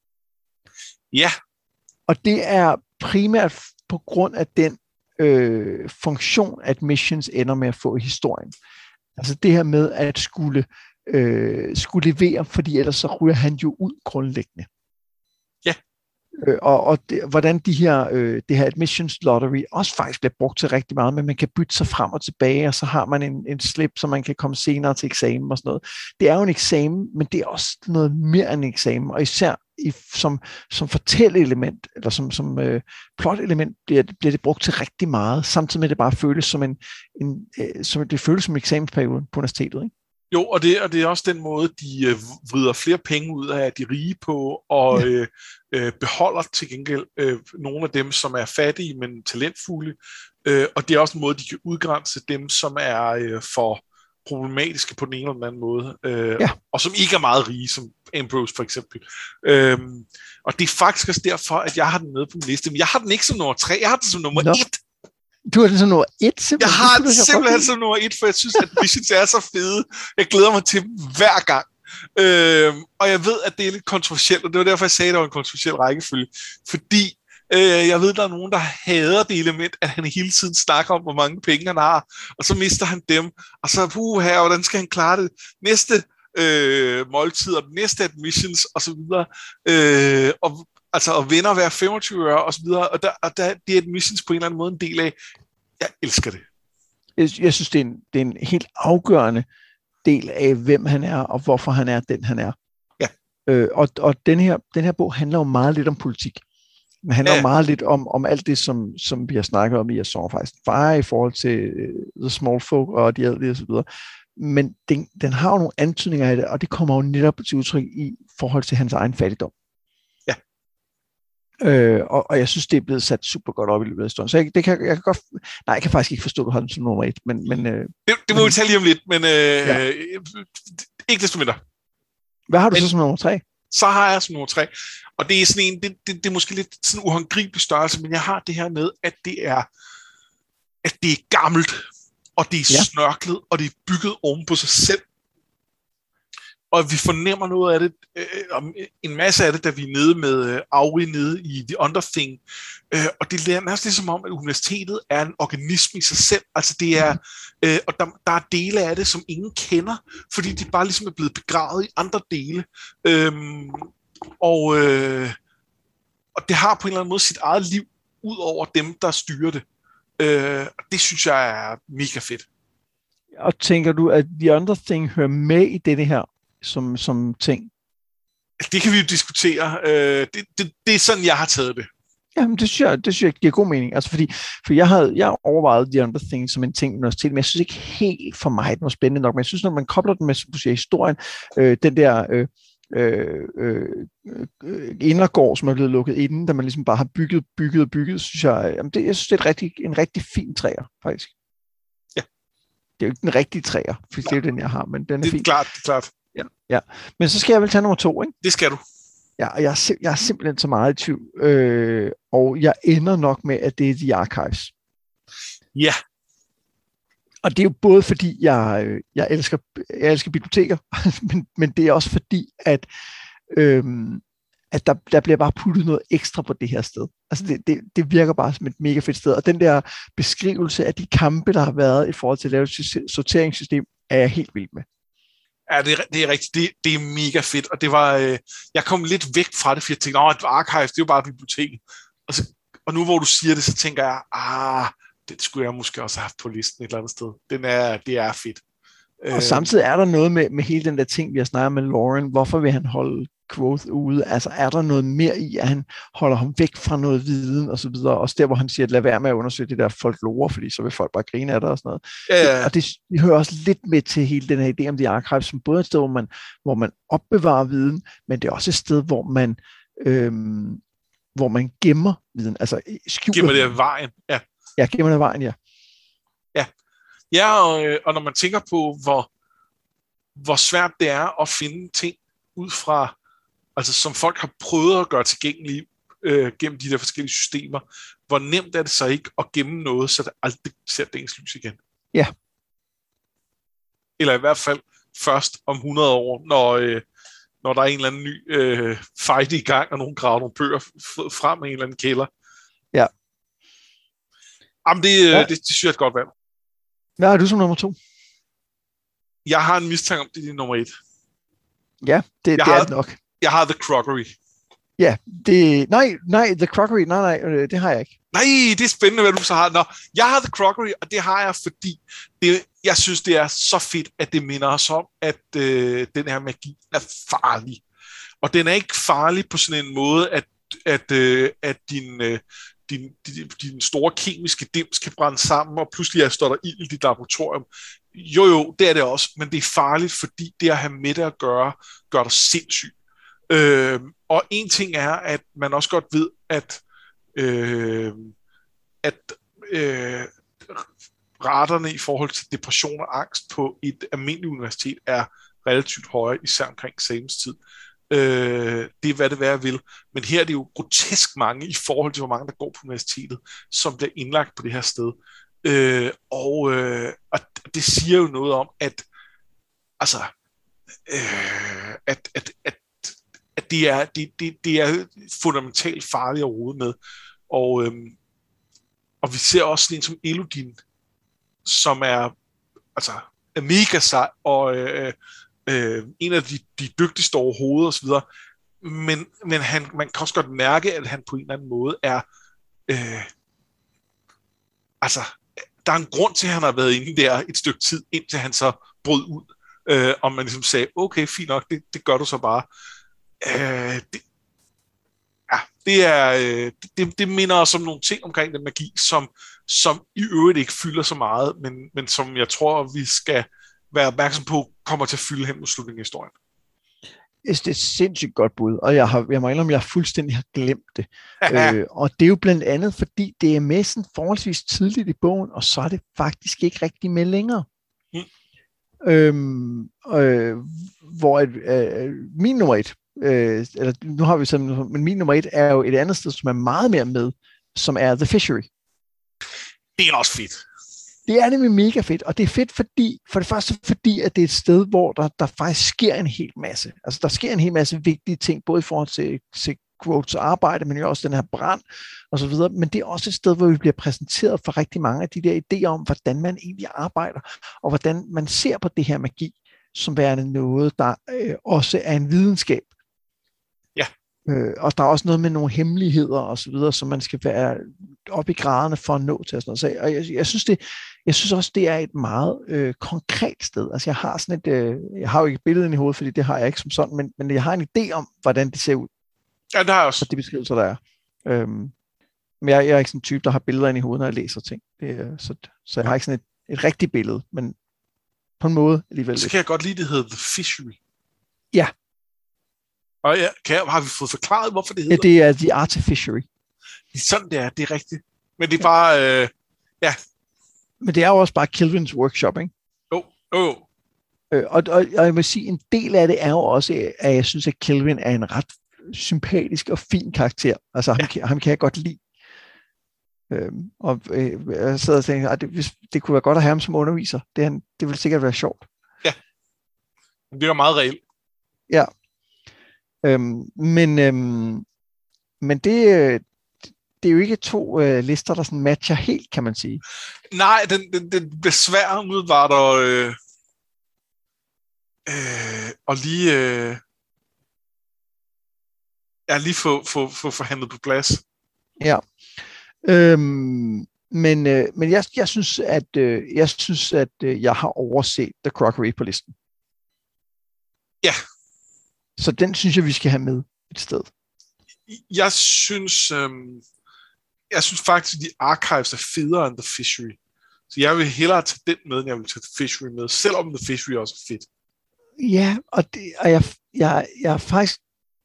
S2: Ja.
S1: Og det er primært på grund af den øh, funktion, admissions ender med at få i historien. Altså det her med at skulle, øh, skulle levere, fordi ellers så ryger han jo ud grundlæggende.
S2: Ja.
S1: Øh, og og det, hvordan de her, øh, det her admissions lottery også faktisk bliver brugt til rigtig meget, men man kan bytte sig frem og tilbage, og så har man en, en slip, så man kan komme senere til eksamen og sådan noget. Det er jo en eksamen, men det er også noget mere end en eksamen, og især i, som, som fortælleelement, eller som, som øh, plot-element, bliver, bliver det brugt til rigtig meget, samtidig med at det bare føles som en, en øh, som, det føles som en eksamensperiode på universitetet, ikke?
S2: Jo, og det, og det er også den måde, de øh, vrider flere penge ud af de rige på, og ja. øh, øh, beholder til gengæld øh, nogle af dem, som er fattige, men talentfulde. Øh, og det er også en måde, de kan udgrænse dem, som er øh, for problematiske på den ene eller den anden måde, øh, ja. og som ikke er meget rige, som Ambrose for eksempel. Øh, og det er faktisk også derfor, at jeg har den med på min liste. Men jeg har den ikke som nummer tre, jeg har den som nummer no. et.
S1: Du har det som nummer et, simpelthen?
S2: Jeg har det simpelthen som nummer et, for jeg synes, at missions er så fede. Jeg glæder mig til dem hver gang. Øhm, og jeg ved, at det er lidt kontroversielt, og det var derfor, jeg sagde, at det var en kontroversiel rækkefølge. Fordi øh, jeg ved, at der er nogen, der hader det element, at han hele tiden snakker om, hvor mange penge han har, og så mister han dem, og så, puh her, hvordan skal han klare det næste øh, måltid, og næste admissions, og så videre. Øh, og Altså at vinder hver femogtyve øre og så videre, og der, og der det er admissions på en eller anden måde en del af. Jeg elsker det.
S1: Jeg, jeg synes, det er, en, det er en helt afgørende del af, hvem han er, og hvorfor han er den, han er.
S2: Ja.
S1: Øh, og og den, her, den her bog handler jo meget lidt om politik. Den handler ja. jo meget lidt om, om alt det, som, som vi har snakket om i A Song of Ice and Fire, i forhold til uh, The Small Folk og de adlige og så videre. Men den, den har jo nogle antydninger af det, og det kommer jo netop til udtryk i forhold til hans egen fattigdom. Øh, og, og jeg synes, det er blevet sat super godt op i løbet af historien. Så jeg, det kan, jeg kan godt... Nej, jeg kan faktisk ikke forstå, at du har den som nummer et. Men, men, øh,
S2: det, det må men, vi tale lige om lidt, men øh, ja. ikke desto mindre.
S1: Hvad har du
S2: men,
S1: så som nummer tre?
S2: Så har jeg som nummer tre. Og det er sådan en, det, det, det er måske lidt sådan en uhåndgribelig størrelse, men jeg har det her med, at det er, at det er gammelt, og det er ja. snørklet, og det er bygget oven på sig selv. Og vi fornemmer noget af det, øh, en masse af det, da vi er nede med øh, Auri nede i The Underthing. Øh, og det er næsten ligesom om, at universitetet er en organisme i sig selv. Altså det er, øh, og der, der er dele af det, som ingen kender, fordi de bare ligesom er blevet begravet i andre dele. Øh, og, øh, og det har på en eller anden måde sit eget liv, ud over dem, der styrer det. Øh, og det synes jeg er mega fedt.
S1: Og tænker du, at The Underthing hører med i dette her? Som, som ting?
S2: Det kan vi jo diskutere. Øh, det, det, det er sådan, jeg har taget det.
S1: Jamen, det synes jeg, det synes jeg giver god mening. Altså, fordi for jeg havde jeg overvejet The Underthing som en ting i universitetet, men jeg synes ikke helt for mig, det var spændende nok. Men jeg synes, når man kobler den med, som du siger, historien, øh, den der øh, øh, øh, øh, indergård, som er blevet lukket inden, da man ligesom bare har bygget, bygget og bygget, synes jeg, jamen det, jeg synes, det er et rigtig, en rigtig fin træer, faktisk.
S2: Ja.
S1: Det er jo ikke den rigtige træer, for det er jo den, jeg har, men den er
S2: det er
S1: fin.
S2: klart, det er klart.
S1: Ja, ja. Men så skal jeg vel tage nummer to, ikke?
S2: Det skal du.
S1: Ja, og jeg er, sim- jeg er simpelthen så meget i tvivl, øh, og jeg ender nok med, at det er The Archives.
S2: Ja.
S1: Og det er jo både fordi, jeg, jeg, elsker, jeg elsker biblioteker, men, men det er også fordi, at, øhm, at der, der bliver bare puttet noget ekstra på det her sted. Altså det, det, det virker bare som et mega fedt sted, og den der beskrivelse af de kampe, der har været i forhold til at lave et sorteringssystem, er jeg helt vild med.
S2: Ja, det er, det er rigtigt. Det, det er mega fedt, og det var, øh, jeg kom lidt væk fra det, for jeg tænkte, at Archives, det er jo bare biblioteket. Og, så, og nu hvor du siger det, så tænker jeg, ah, det skulle jeg måske også have haft på listen et eller andet sted. Den er, det er fedt.
S1: Og samtidig er der noget med, med hele den der ting, vi har snakket med Lauren. Hvorfor vil han holde Quoth ude? Altså er der noget mere i, at han holder ham væk fra noget viden og så videre? Også der, hvor han siger, at lad være med at undersøge det der folklore, fordi så vil folk bare grine af det og sådan noget.
S2: Ja, ja.
S1: Og det vi hører også lidt med til hele den her idé om The Archives, som både er et sted, hvor man, hvor man opbevarer viden, men det er også et sted, hvor man, øhm, hvor man gemmer viden. Altså skjuler
S2: gemmer det af vejen, ja.
S1: Ja, gemmer det af vejen, ja.
S2: Ja, ja og, og når man tænker på, hvor, hvor svært det er at finde ting ud fra, altså som folk har prøvet at gøre tilgængelige øh, gennem de der forskellige systemer, hvor nemt er det så ikke at gemme noget, så det aldrig ser dagens lys igen?
S1: Ja.
S2: Eller i hvert fald først om hundrede år, når, øh, når der er en eller anden ny øh, fight i gang, og nogen graver nogle bøger frem med en eller anden kælder.
S1: Ja.
S2: Jamen, det, ja. det, det synes jeg er et godt valg.
S1: Hvad har du som nummer to?
S2: Jeg har en mistanke om, det er din nummer et.
S1: Ja, det, det
S2: har,
S1: er det nok.
S2: Jeg har The Crockery.
S1: Ja, det... Nej, nej, The Crockery, nej, nej, det har jeg ikke.
S2: Nej, det er spændende, hvad du så har. Nå, jeg har The Crockery, og det har jeg, fordi det, jeg synes, det er så fedt, at det minder os om, at øh, den her magi er farlig. Og den er ikke farlig på sådan en måde, at, at, øh, at din... Øh, Din, din, din store kemiske dims kan brænde sammen, og pludselig står der ild i dit laboratorium. Jo, jo, det er det også, men det er farligt, fordi det at have med det at gøre, gør dig sindssyg. Øh, og en ting er, at man også godt ved, at, øh, at øh, raterne i forhold til depression og angst på et almindeligt universitet er relativt høje, især omkring eksamenstid. Øh, det er, hvad det være vil. Men her er det jo grotesk mange i forhold til, hvor mange, der går på universitetet, som bliver indlagt på det her sted. Øh, og, øh, og det siger jo noget om, at altså, øh, at, at, at, at det, er, det, det, det er fundamentalt farligt at rode med. Og, øh, og vi ser også sådan en som Elodin, som er, altså, er mega sej, og øh, Øh, en af de, de dygtigste overhovedet og så videre, men, men han, man kan også godt mærke, at han på en eller anden måde er øh, altså, der er en grund til, at han har været inde der et stykke tid, indtil han så brød ud, øh, og man ligesom sagde, okay, fint nok, det, det gør du så bare. Øh, det, ja, det er øh, det, det minder os om nogle ting omkring den magi, som, som i øvrigt ikke fylder så meget, men, men som jeg tror, vi skal være opmærksom på, kommer til at fylde hen mod slutningen af historien.
S1: Det er et sindssygt godt bud, og jeg, har, jeg må indrømme, at jeg fuldstændig har glemt det. øh, og det er jo blandt andet, fordi det er med sådan forholdsvis tidligt i bogen, og så er det faktisk ikke rigtig med længere. Mm. Øhm, øh, hvor et, øh, min nummer et, øh, eller nu har vi sådan, men min nummer et er jo et andet sted, som er meget mere med, som er The Fishery.
S2: Det er også fedt.
S1: Det er nemlig mega fedt, og det er fedt fordi, for det første fordi, at det er et sted, hvor der, der faktisk sker en hel masse. Altså der sker en hel masse vigtige ting, både i forhold til, til Quoths arbejde, men jo også den her brand og så videre. Men det er også et sted, hvor vi bliver præsenteret for rigtig mange af de der idéer om, hvordan man egentlig arbejder, og hvordan man ser på det her magi, som værende noget, der øh, også er en videnskab.
S2: Ja.
S1: Øh, og der er også noget med nogle hemmeligheder og så videre, som man skal være op i graderne for at nå til. Og sådan noget. Så jeg, jeg, jeg, synes det, jeg synes også, det er et meget øh, konkret sted. Altså jeg har sådan et, øh, jeg har jo ikke billedet i hovedet, fordi det har jeg ikke som sådan, men, men jeg har en idé om, hvordan det ser ud.
S2: Ja, det har jeg også.
S1: Og de beskrivelser, der er. Øhm, men jeg, jeg er ikke sådan en type, der har billeder inde i hovedet, når jeg læser ting. Det, så, så jeg har ikke sådan et, et rigtigt billede, men på en måde alligevel.
S2: Så kan jeg godt lide, det hedder The Fishery.
S1: Ja.
S2: Og ja, kan jeg, har vi fået forklaret, hvorfor det hedder?
S1: Ja, det er The Artificiary.
S2: Det er sådan, det er. Det er rigtigt. Men det er bare... Øh, ja.
S1: Men det er jo også bare Kelvins workshop, ikke?
S2: Jo, jo.
S1: Øh, og, og, og jeg vil sige, en del af det er jo også, at jeg synes, at Kelvin er en ret sympatisk og fin karakter. Altså, ham, ja. ham kan jeg godt lide. Øhm, og øh, jeg sidder og tænker, at det, hvis, det kunne være godt at have ham som underviser. Det, han, det ville sikkert være sjovt.
S2: Ja. Det virker meget reelt.
S1: Ja. Øhm, men øhm, men det, det er jo ikke to øh, lister, der sådan matcher helt, kan man sige.
S2: Nej, den, den, den bliver svær umiddelbart at, øh, øh, og lige, øh, ja, lige få, få, få forhandlet på plads.
S1: Ja. Øhm, men øh, men jeg, jeg synes, at øh, jeg synes, at øh, jeg har overset The Crockery på listen.
S2: Ja.
S1: Så den synes jeg, vi skal have med et sted.
S2: Jeg synes, øh, jeg synes faktisk, at de archives er federe end The Fishery. Så jeg vil hellere tage den med, end jeg vil tage The Fishery med, selvom The Fishery også er fedt.
S1: Ja, og, det, og jeg, jeg, jeg er faktisk,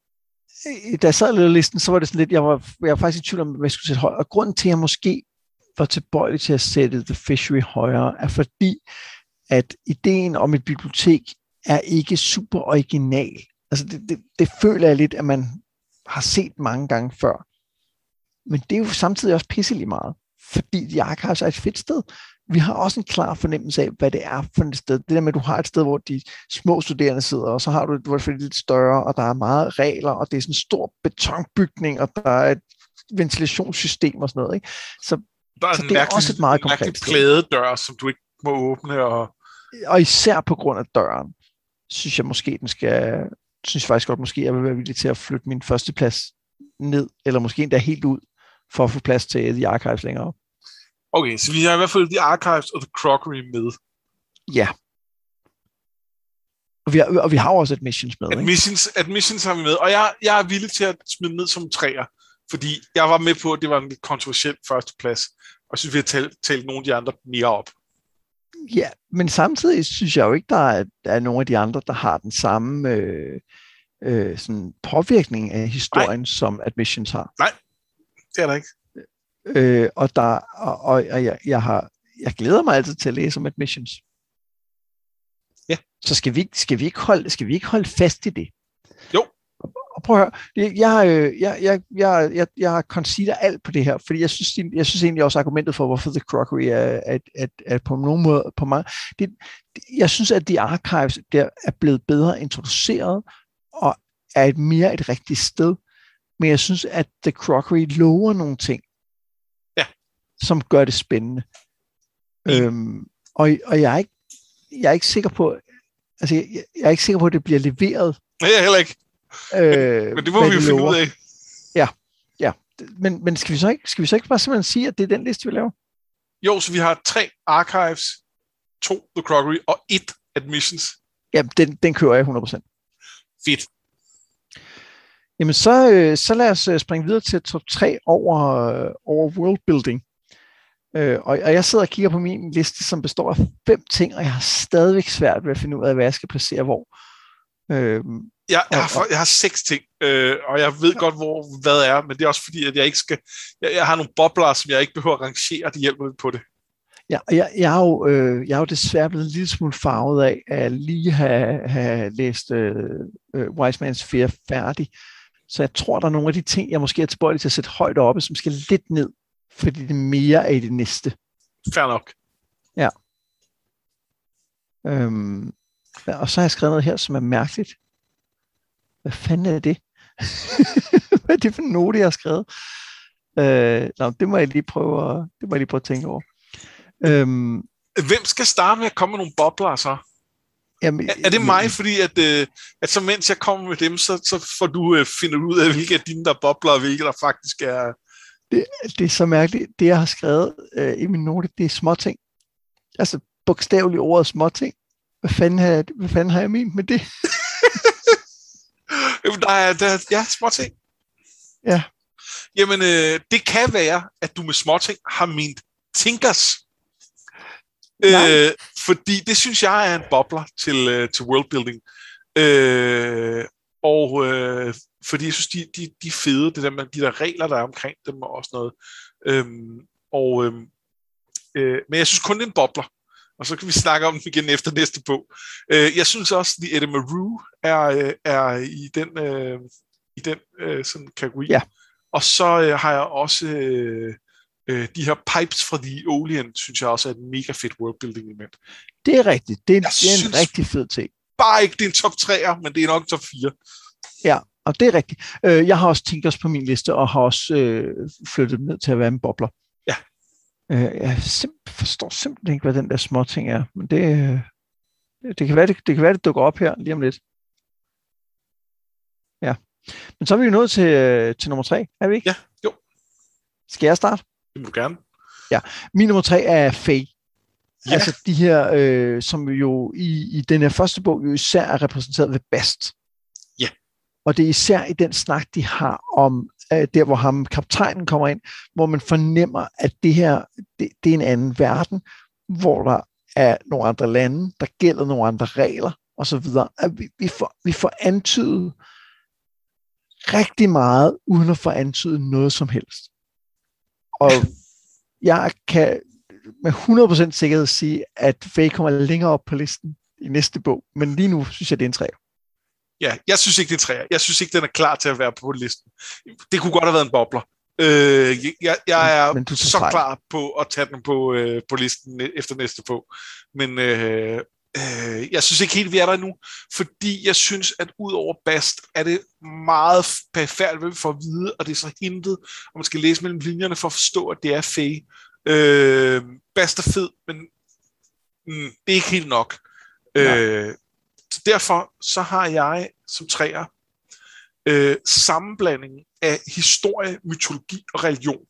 S1: da jeg sad lidt listen, så var det sådan lidt, jeg var, jeg var faktisk i tvivl om, hvad jeg skulle sætte højere. Og grunden til, at jeg måske var tilbøjelig til at sætte The Fishery højere, er fordi, at ideen om et bibliotek er ikke super original. Altså det, det, det føler jeg lidt, at man har set mange gange før. Men det er jo samtidig også pisselig meget, fordi de archives er et fedt sted. Vi har også en klar fornemmelse af, hvad det er for et sted. Det der med, at du har et sted, hvor de små studerende sidder, og så har du et, hvor det er lidt større, og der er meget regler, og det er sådan en stor betonbygning, og der er et ventilationssystem og sådan noget. Ikke? Så,
S2: der er,
S1: så det er
S2: mærkelig,
S1: også et meget konkret
S2: sted. Pladedør, som du ikke må åbne. Og,
S1: og især på grund af døren, synes jeg måske, den skal... synes faktisk godt, måske jeg vil være villig til at flytte min første plads ned, eller måske endda helt ud, for at få plads til The Archives længere op.
S2: Okay, så vi har i hvert fald The Archives og The Crockery med.
S1: Ja. Og vi har, og vi har også Admissions med.
S2: Admissions, ikke? Admissions har vi med, og jeg, jeg er villig til at smide ned som træer, fordi jeg var med på, at det var en lidt kontroversiel førsteplads, og jeg synes, vi har talt, talt nogle af de andre mere op.
S1: Ja, men samtidig synes jeg jo ikke, der er, der er nogen af de andre, der har den samme øh, øh, sådan påvirkning af historien, Nej. som Admissions har.
S2: Nej, det er der ikke.
S1: Øh, og der, og, og, og jeg, jeg, har, jeg glæder mig altid til at læse om Admissions.
S2: Ja.
S1: Så skal vi, skal vi, ikke, holde, skal vi ikke holde fast i det?
S2: Jo.
S1: Og, og prøv at høre, jeg, jeg, jeg, jeg, jeg, jeg, jeg consider alt på det her, fordi jeg synes, jeg synes egentlig også argumentet for, hvorfor The Crockery er, at, at, at på nogen måde, på mig, det, jeg synes, at The Archives der er blevet bedre introduceret, og er et mere et rigtigt sted, men jeg synes, at The Crockery lover nogle ting, som gør det spændende. Mm. Øhm, og, og jeg er ikke jeg er ikke sikker på altså jeg, jeg er ikke sikker på at det bliver leveret.
S2: Nej, jeg heller ikke. Øh, men, men det må vi jo finde ud af.
S1: Ja. Ja. Men men skal vi så ikke skal vi så ikke bare simpelthen sige at det er den liste vi laver?
S2: Jo, så vi har tre archives, to The Crockery og et Admissions.
S1: Ja, den den kører jeg hundrede procent.
S2: Fedt.
S1: Jamen så øh, så lad os øh, springe videre til top tre over øh, over worldbuilding. Øh, og, og jeg sidder og kigger på min liste, som består af fem ting, og jeg har stadigvæk svært ved at finde ud af, hvad jeg skal placere hvor. Øh,
S2: jeg, jeg, har, jeg har seks ting, øh, og jeg ved godt, hvor hvad er, men det er også fordi, at jeg ikke skal... Jeg, jeg har nogle bobler, som jeg ikke behøver at rangere, de hjælper lidt på det.
S1: Ja, og jeg, jeg, er jo, øh, jeg er jo desværre blevet en lille smule farvet af, at lige have, have læst øh, øh, Wise Man's Fear færdig. Så jeg tror, der er nogle af de ting, jeg måske er tilbøjelig til at sætte højt oppe, som skal lidt ned, fordi det mere er i det næste.
S2: Fair nok.
S1: Ja. Øhm, og så har jeg skrevet noget her, som er mærkeligt. Hvad fanden er det? Hvad er det for en note, jeg har skrevet? Øh, nå, det må jeg lige prøve at, det må jeg lige prøve at tænke over. Øhm,
S2: Hvem skal starte med at komme med nogle bobler så? Jamen, er, er det mig, fordi at, øh, at så mens jeg kommer med dem, så, så får du øh, fundet ud af, hvilke af dine der bobler, og hvilke der faktisk er...
S1: Det, det er så mærkeligt. Det, jeg har skrevet øh, i min note, det er småting. Altså bogstaveligt ordet småting. Hvad fanden har jeg, hvad fanden har jeg ment med det?
S2: Jamen, der er, der, ja, småting.
S1: Ja.
S2: Jamen, øh, det kan være, at du med småting har ment thinkers. Øh, fordi det synes jeg er en bobler til, øh, til worldbuilding. Øh, og øh, fordi jeg synes, de, de, de er fede, det der med de der regler, der er omkring dem og også noget. Øhm, og, øhm, øh, men jeg synes kun, det er en bobler. Og så kan vi snakke om den igen efter næste bog. Øh, jeg synes også, at The Edinburgh er, øh, er i den, øh, i den øh, sådan kategori.
S1: Ja.
S2: Og så øh, har jeg også øh, øh, de her pipes fra The Aeolian, synes jeg også er et mega fedt worldbuilding element.
S1: Det er rigtigt. Det er, det er en
S2: synes,
S1: rigtig fed ting.
S2: Bare ikke det er en top treer, men det er nok top fire.
S1: Ja, og det er rigtigt. Øh, jeg har også tænkt os på min liste, og har også øh, flyttet ned til at være en bobler.
S2: Ja.
S1: Øh, jeg simp- forstår simpelthen ikke, hvad den der små ting er, men det, øh, det, kan være, det, det kan være, det dukker op her lige om lidt. Ja. Men så er vi jo nået til, øh, til nummer tre, er vi ikke?
S2: Ja, jo.
S1: Skal jeg starte?
S2: Det må du gerne.
S1: Ja. Min nummer tre er Faye.
S2: Ja.
S1: Altså de her, øh, som jo i, i den her første bog jo især er repræsenteret ved Bast.
S2: Ja.
S1: Og det er især i den snak, de har om, øh, der hvor ham, kaptajnen kommer ind, hvor man fornemmer, at det her, det, det er en anden verden, hvor der er nogle andre lande, der gælder nogle andre regler, og så videre. At vi, vi, får, vi får antydet rigtig meget, uden at få antydet noget som helst. Og jeg kan med hundrede procent sikkerhed sige, at Faye kommer længere op på listen i næste bog, men lige nu synes jeg, det er en træer.
S2: Ja, jeg synes ikke, det er træer. Jeg synes ikke, den er klar til at være på listen. Det kunne godt have været en bobler. Øh, jeg, jeg er men, men så træer. klar på at tage den på, øh, på listen efter næste bog. Men øh, øh, jeg synes ikke helt, vi er der nu, fordi jeg synes, at ud over Bast, er det meget perifært, hvad vi får at vide, og det er så hintet, og man skal læse mellem linjerne for at forstå, at det er Faye. Øh, Bast er fed, men mm, det er ikke helt nok. Øh, så derfor så har jeg som træer øh, sammenblandingen af historie, mytologi og religion.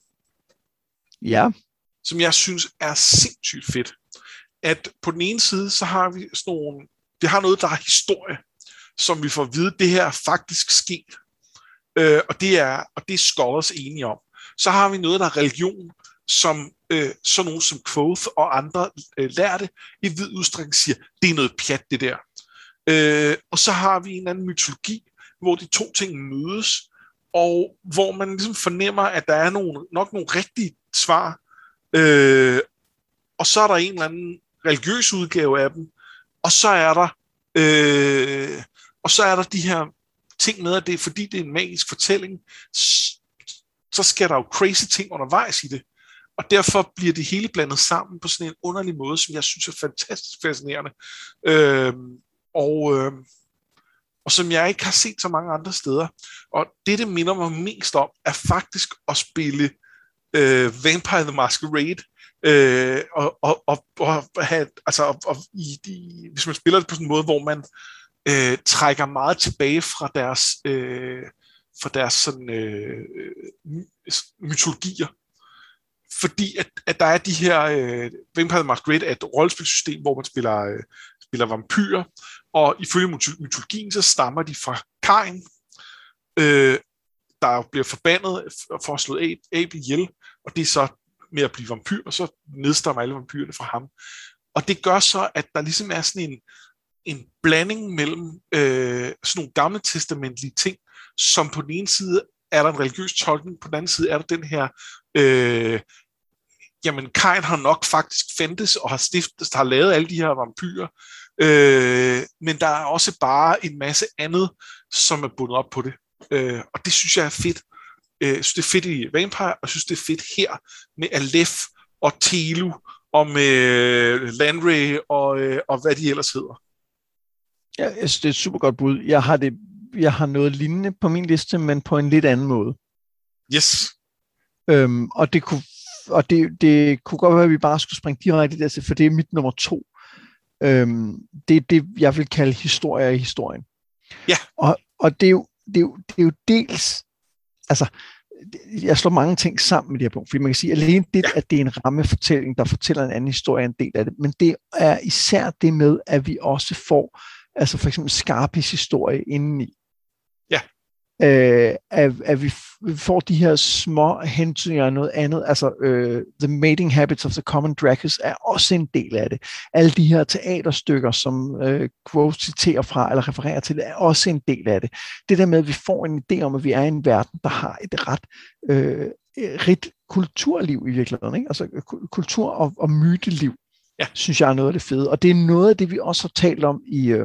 S1: Ja.
S2: Som jeg synes er sindssygt fedt. At på den ene side, så har vi sådan nogle, det har noget, der er historie, som vi får at vide, det her er faktisk sket. Øh, og, det er, og det er scholars enige om. Så har vi noget, der er religion, som øh, sådan nogen som Quoth og andre øh, lærte i vid udstrækning siger, det er noget pjat, det der. Øh, og så har vi en anden mytologi, hvor de to ting mødes, og hvor man ligesom fornemmer, at der er nogle, nok nogle rigtige svar, øh, og så er der en eller anden religiøs udgave af dem, og så er der øh, og så er der de her ting med, at det er fordi det er en magisk fortælling, så sker der jo crazy ting undervejs i det. Og derfor bliver det hele blandet sammen på sådan en underlig måde, som jeg synes er fantastisk fascinerende. Øhm, og, øhm, og som jeg ikke har set så mange andre steder. Og det, det minder mig mest om, er faktisk at spille øh, Vampire the Masquerade. Øh, og, og, og, og, have, altså, og, og i de, hvis man spiller det på sådan en måde, hvor man øh, trækker meget tilbage fra deres, øh, fra deres sådan, øh, mytologier. Fordi at, at der er de her øh, Vampire the Masquerade er et rollespilsystem, hvor man spiller, øh, spiller vampyrer, og ifølge mytologien så stammer de fra Kain, øh, der bliver forbandet for at slå Abel ihjel, og det er så med at blive vampyr, og så nedstammer alle vampyrerne fra ham. Og det gør så, at der ligesom er sådan en, en blanding mellem øh, sådan nogle gamle testamentlige ting, som på den ene side er der en religiøs tolkning, på den anden side er der den her øh, jamen Kain har nok faktisk fandtes og har stiftet, har lavet alle de her vampyrer, øh, men der er også bare en masse andet, som er bundet op på det. Øh, og det synes jeg er fedt. Jeg synes, det er fedt i Vampire, og jeg synes, det er fedt her med Aleph og Telu, og med Landray, og, og hvad de ellers hedder.
S1: Ja, jeg synes, det er et super godt bud. Jeg har, det, jeg har noget lignende på min liste, men på en lidt anden måde.
S2: Yes.
S1: Øhm, og det kunne, og det, det kunne godt være, at vi bare skulle springe direkte der, for det er mit nummer to. Øhm, det er det, jeg vil kalde historie i historien.
S2: Ja.
S1: Og, og det, er jo, det, er jo, det er jo dels altså, jeg slår mange ting sammen med det her punkt, fordi man kan sige, alene det, ja. At det er en rammefortælling, der fortæller en anden historie, en del af det, men det er især det med, at vi også får, altså for eksempel Scarpis historie indeni.
S2: Ja.
S1: øh, at, at vi, f- vi får de her små hensyn og noget andet. Altså, øh, The Mating Habits of the Common Drakus er også en del af det. Alle de her teaterstykker, som øh, Quoth citerer fra eller refererer til, er også en del af det. Det der med, at vi får en idé om, at vi er i en verden, der har et ret øh, rigt kulturliv i virkeligheden. Ikke? Altså kultur- og, og myteliv, ja. Synes jeg er noget af det fede. Og det er noget af det, vi også har talt om i... Øh,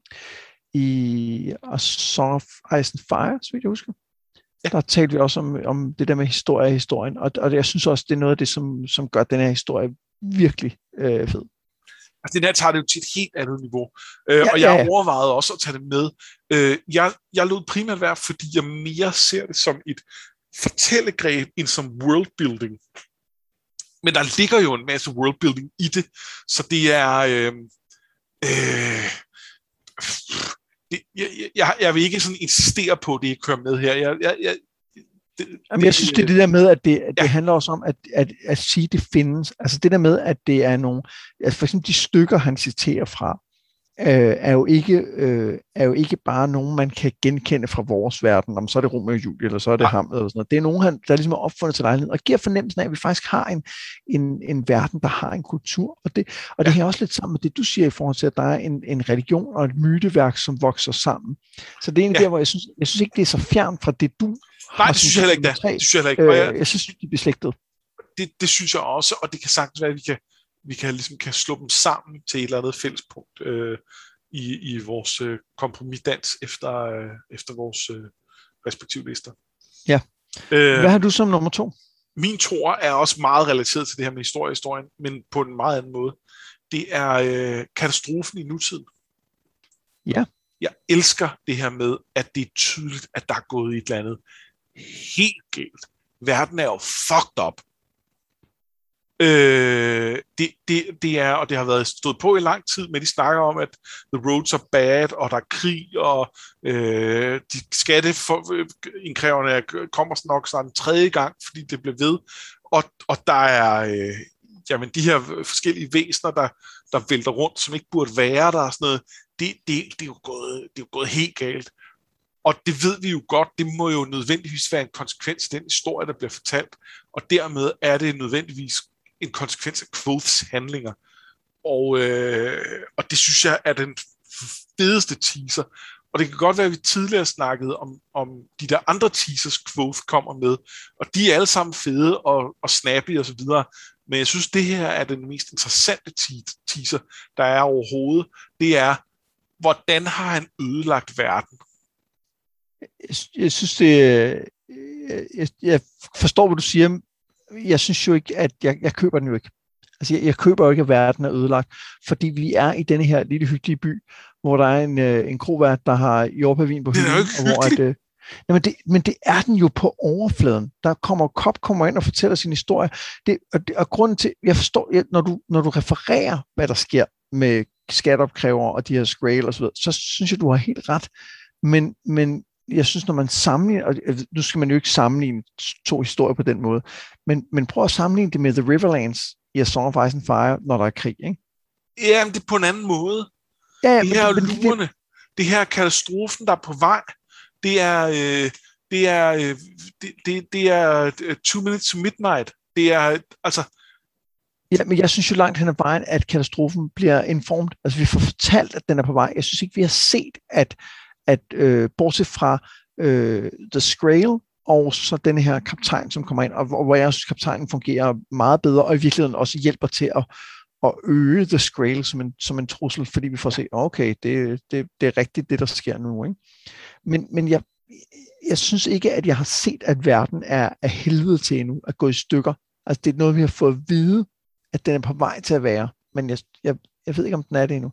S1: i A Song of Ice and Fire, så vidt jeg husker. Ja. Der talte vi også om, om det der med historie i historien, og, og jeg synes også, det er noget af det, som, som gør den her historie virkelig øh, fed.
S2: Altså, den her tager det jo til et helt andet niveau, øh, ja, og jeg ja, ja. overvejede også at tage det med. Øh, jeg, jeg lod primært være, fordi jeg mere ser det som et fortællegreb end som worldbuilding. Men der ligger jo en masse worldbuilding i det, så det er... Øh, øh, Det, jeg, jeg, jeg vil ikke sådan insistere på, at det ikke kører med her. Jeg, jeg, jeg, det,
S1: Jamen, jeg synes, det er det der med, at det, at det ja. handler også om, at, at, at sige, at det findes. Altså det der med, at det er nogle... Altså for eksempel de stykker, han citerer fra, øh, er, jo ikke, øh, er jo ikke bare nogen, man kan genkende fra vores verden. Om så er det Romeo og Julie, eller så er det ja. Hamlet, eller sådan noget. Det er nogen, der ligesom er opfundet til lejligheden, og giver fornemmelsen af, at vi faktisk har en, en, en verden, der har en kultur. Og det, og det ja. hænger også lidt sammen med det, du siger i forhold til, at der er en, en religion og et myteværk, som vokser sammen. Så det er en ja. der, hvor jeg synes, jeg synes ikke, det er så fjernt fra det, du
S2: Nej, det synes jeg heller ikke, det. det synes jeg heller ikke.
S1: Øh,
S2: jeg,
S1: jeg synes, de er beslægtet.
S2: Det, det synes jeg også, og det kan sagtens være, at vi kan, vi kan, ligesom, kan slå dem sammen til et eller andet fællespunkt øh, i, i vores øh, kompromisdans efter, øh, efter vores øh, respektive lister.
S1: Ja. Øh, Hvad har du som nummer to?
S2: Min toer er også meget relateret til det her med historie-historien, men på en meget anden måde. Det er øh, katastrofen i nutiden.
S1: Ja.
S2: Jeg elsker det her med, at det er tydeligt, at der er gået et eller andet helt galt. Verden er jo fucked up. Øh, det, det, det er, og det har været stået på i lang tid, men de snakker om, at the roads are bad, og der er krig, og øh, de skatteindkræverne kommer nok snart en tredje gang, fordi det bliver ved, og, og der er øh, jamen, de her forskellige væsener, der, der vælter rundt, som ikke burde være der, og sådan noget. Det, det, det, er jo gået, det er jo gået helt galt. Og det ved vi jo godt, det må jo nødvendigvis være en konsekvens af den historie, der bliver fortalt, og dermed er det nødvendigvis en konsekvens af Quoths handlinger. Og, øh, og det synes jeg er den fedeste teaser. Og det kan godt være, at vi tidligere snakkede om, om de der andre teasers, Quoth kommer med, og de er alle sammen fede og, og snappy og så videre. Men jeg synes, det her er den mest interessante teaser, der er overhovedet. Det er, hvordan har han ødelagt verden?
S1: Jeg, jeg synes, det jeg, jeg forstår, hvad du siger. Jeg synes jo ikke, at jeg, jeg køber den jo ikke. Altså, jeg, jeg køber jo ikke, at verden er ødelagt, fordi vi er i denne her lille hyggelige by, hvor der er en, en krovært, der har jordbærvin på hylden.
S2: Det er jo ikke
S1: at, jamen det, men det er den jo på overfladen. Der kommer Cobb kommer ind og fortæller sin historie. Det, og, det, og grunden til, jeg forstår, jeg, når, du, når du refererer, hvad der sker med skatteopkræver og de her Skrail og så videre, så synes jeg, du har helt ret. Men, men jeg synes, når man sammenligner, og nu skal man jo ikke sammenligne to historier på den måde, men, men prøv at sammenligne det med The Riverlands i A Song of Ice and Fire, når der er krig, ikke?
S2: Ja, men det er på en anden måde.
S1: Ja,
S2: det her er lurerne. Det, det her er katastrofen, der er på vej. Det er, øh, det er, øh, det, det, det er two minutes to midnight. Det er, altså...
S1: Ja, men jeg synes jo langt hen ad vejen, at katastrofen bliver informet. Altså, vi får fortalt, at den er på vej. Jeg synes ikke, vi har set, at at øh, bortset fra øh, The Skrail og så den her kaptajn, som kommer ind, og hvor jeg synes, kaptajnen fungerer meget bedre, og i virkeligheden også hjælper til at, at øge The Skrail som en, som en trussel, fordi vi får se, okay, det, det, det er rigtigt, det der sker nu. Ikke? Men, men jeg, jeg synes ikke, at jeg har set, at verden er, er helvede til endnu, at gå i stykker. Altså, det er noget, vi har fået at vide, at den er på vej til at være, men jeg, jeg, jeg ved ikke, om den er det endnu.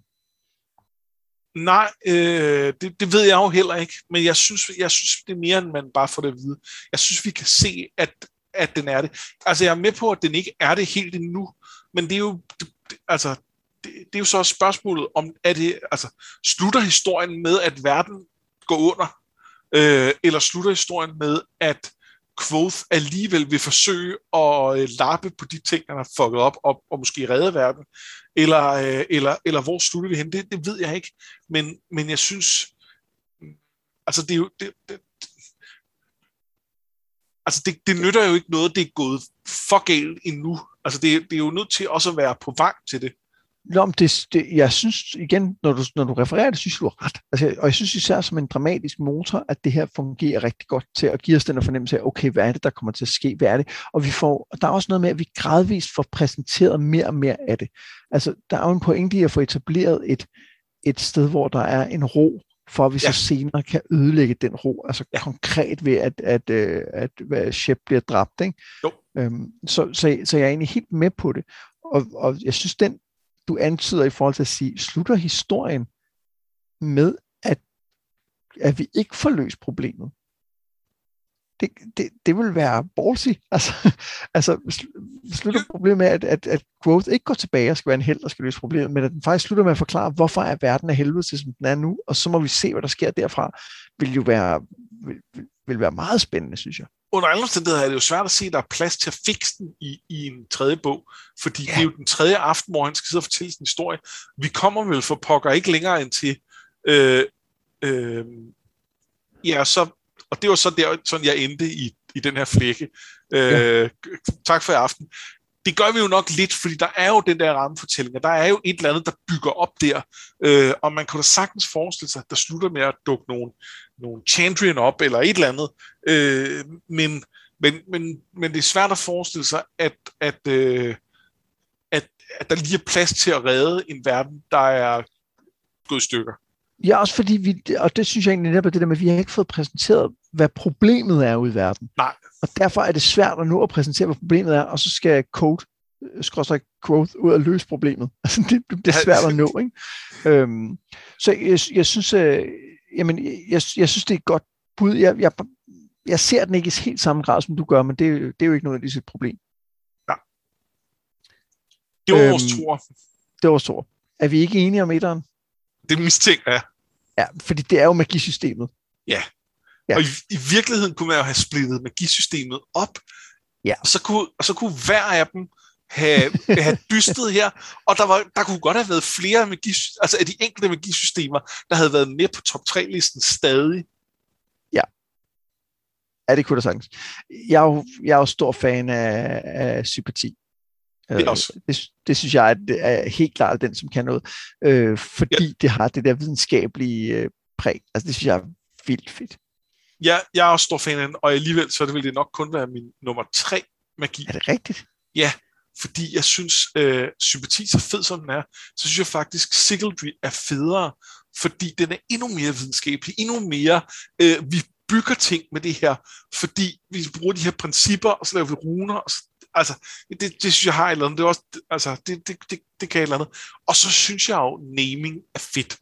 S2: Nej, øh, det, det ved jeg jo heller ikke, men jeg synes, jeg synes, det er mere, end man bare får det at vide. Jeg synes, vi kan se, at, at den er det. Altså, jeg er med på, at den ikke er det helt endnu, men det er jo, det, altså, det, det er jo så spørgsmålet om, er det, altså, slutter historien med, at verden går under, øh, eller slutter historien med, at Quoth alligevel vil forsøge at øh, lappe på de ting, han har fucket op, og, og måske redde verden, eller, øh, eller, eller hvor slutter vi hen, det, det ved jeg ikke, men, men jeg synes, altså det er jo, det, det, altså det, det nytter jo ikke noget, det er gået for galt endnu. Altså det, det er jo nødt til også at være på vej til det.
S1: Nå, men det, det, jeg synes igen, når du, når du refererer det, synes jeg, du har ret. Altså, og jeg synes især som en dramatisk motor, at det her fungerer rigtig godt til at give os den fornemmelse af, okay, hvad er det, der kommer til at ske? Hvad er det? Og vi får, og der er også noget med, at vi gradvist får præsenteret mere og mere af det. Altså, der er jo en pointe i at få etableret et, et sted, hvor der er en ro, for at vi ja. så senere kan ødelægge den ro. Altså ja. konkret ved, at, at, at, at, at Shep bliver dræbt. Ikke?
S2: Jo.
S1: Øhm, så, så, så jeg er egentlig helt med på det. Og, og jeg synes, den du antyder i forhold til at sige, slutter historien med, at, at vi ikke får løst problemet. Det, det, det vil være ballsy. Altså, altså slutter problemet med, at, at, at growth ikke går tilbage og skal være en held, der skal løse problemet, men at den faktisk slutter med at forklare, hvorfor er verden af helvede til, som den er nu, og så må vi se, hvad der sker derfra, vil jo være, vil, vil være meget spændende, synes jeg.
S2: Under alle omstændigheder er det jo svært at se, at der er plads til at fikse den i, i en tredje bog, fordi ja. det er jo den tredje aften, hvor han skal sidde og fortælle sin historie. Vi kommer vel for pokker ikke længere end til, øh, øh, ja, så, og det var så der, sådan jeg endte i, i den her flække. Øh, ja. Tak for i aften. Det gør vi jo nok lidt, fordi der er jo den der rammefortælling, og der er jo et eller andet, der bygger op der, øh, og man kan da sagtens forestille sig, at der slutter med at dukke nogle, nogle Chandrian op, eller et eller andet, øh, men, men, men, men det er svært at forestille sig, at, at, øh, at, at der lige er plads til at redde en verden, der er gået i stykker.
S1: Ja, også fordi vi, og det synes jeg egentlig netop det der med, at vi har ikke fået præsenteret, hvad problemet er ude i verden.
S2: Nej.
S1: Og derfor er det svært at nå at præsentere, hvad problemet er, og så skal Code, skråstreg Growth, ud og løse problemet. Altså, det, det er svært at nå, ikke? Øhm, så jeg, jeg synes, øh, jamen, jeg, jeg synes, det er et godt bud. Jeg, jeg, jeg ser den ikke i helt samme grad, som du gør, men det, det er jo ikke nødvendigvis et problem.
S2: Ja. Det var
S1: øhm,
S2: vores toer.
S1: Det var vores toer. Er vi ikke enige om etteren?
S2: Det mistænker jeg.
S1: Ja, fordi det er jo magisystemet.
S2: Ja. Ja. Og i, i virkeligheden kunne man jo have splittet magisystemet op,
S1: ja.
S2: og, så kunne, og så kunne hver af dem have, have dystet her, og der, var, der kunne godt have været flere magi, altså af de enkelte magisystemer, der havde været med på top tre-listen stadig.
S1: Ja. Ja, det kunne der sagtens. Jeg er jo, jeg er jo stor fan af, af sympati.
S2: Det, også.
S1: Det, det synes jeg er, er helt klart den, som kan noget, øh, fordi ja. det har det der videnskabelige øh, præg. Altså det synes jeg er vildt fedt.
S2: Ja, jeg er også stor fan af den, og alligevel så vil det nok kun være min nummer tre magi.
S1: Er det rigtigt?
S2: Ja, fordi jeg synes, øh, sympati så fed som den er, så synes jeg faktisk, Sigildry er federe, fordi den er endnu mere videnskabelig, endnu mere, øh, vi bygger ting med det her, fordi vi bruger de her principper, og så laver vi runer, og så, altså, det, det synes jeg har et eller andet, det er også, altså, det, det, det, det kan et eller andet. Og så synes jeg jo, naming er fedt.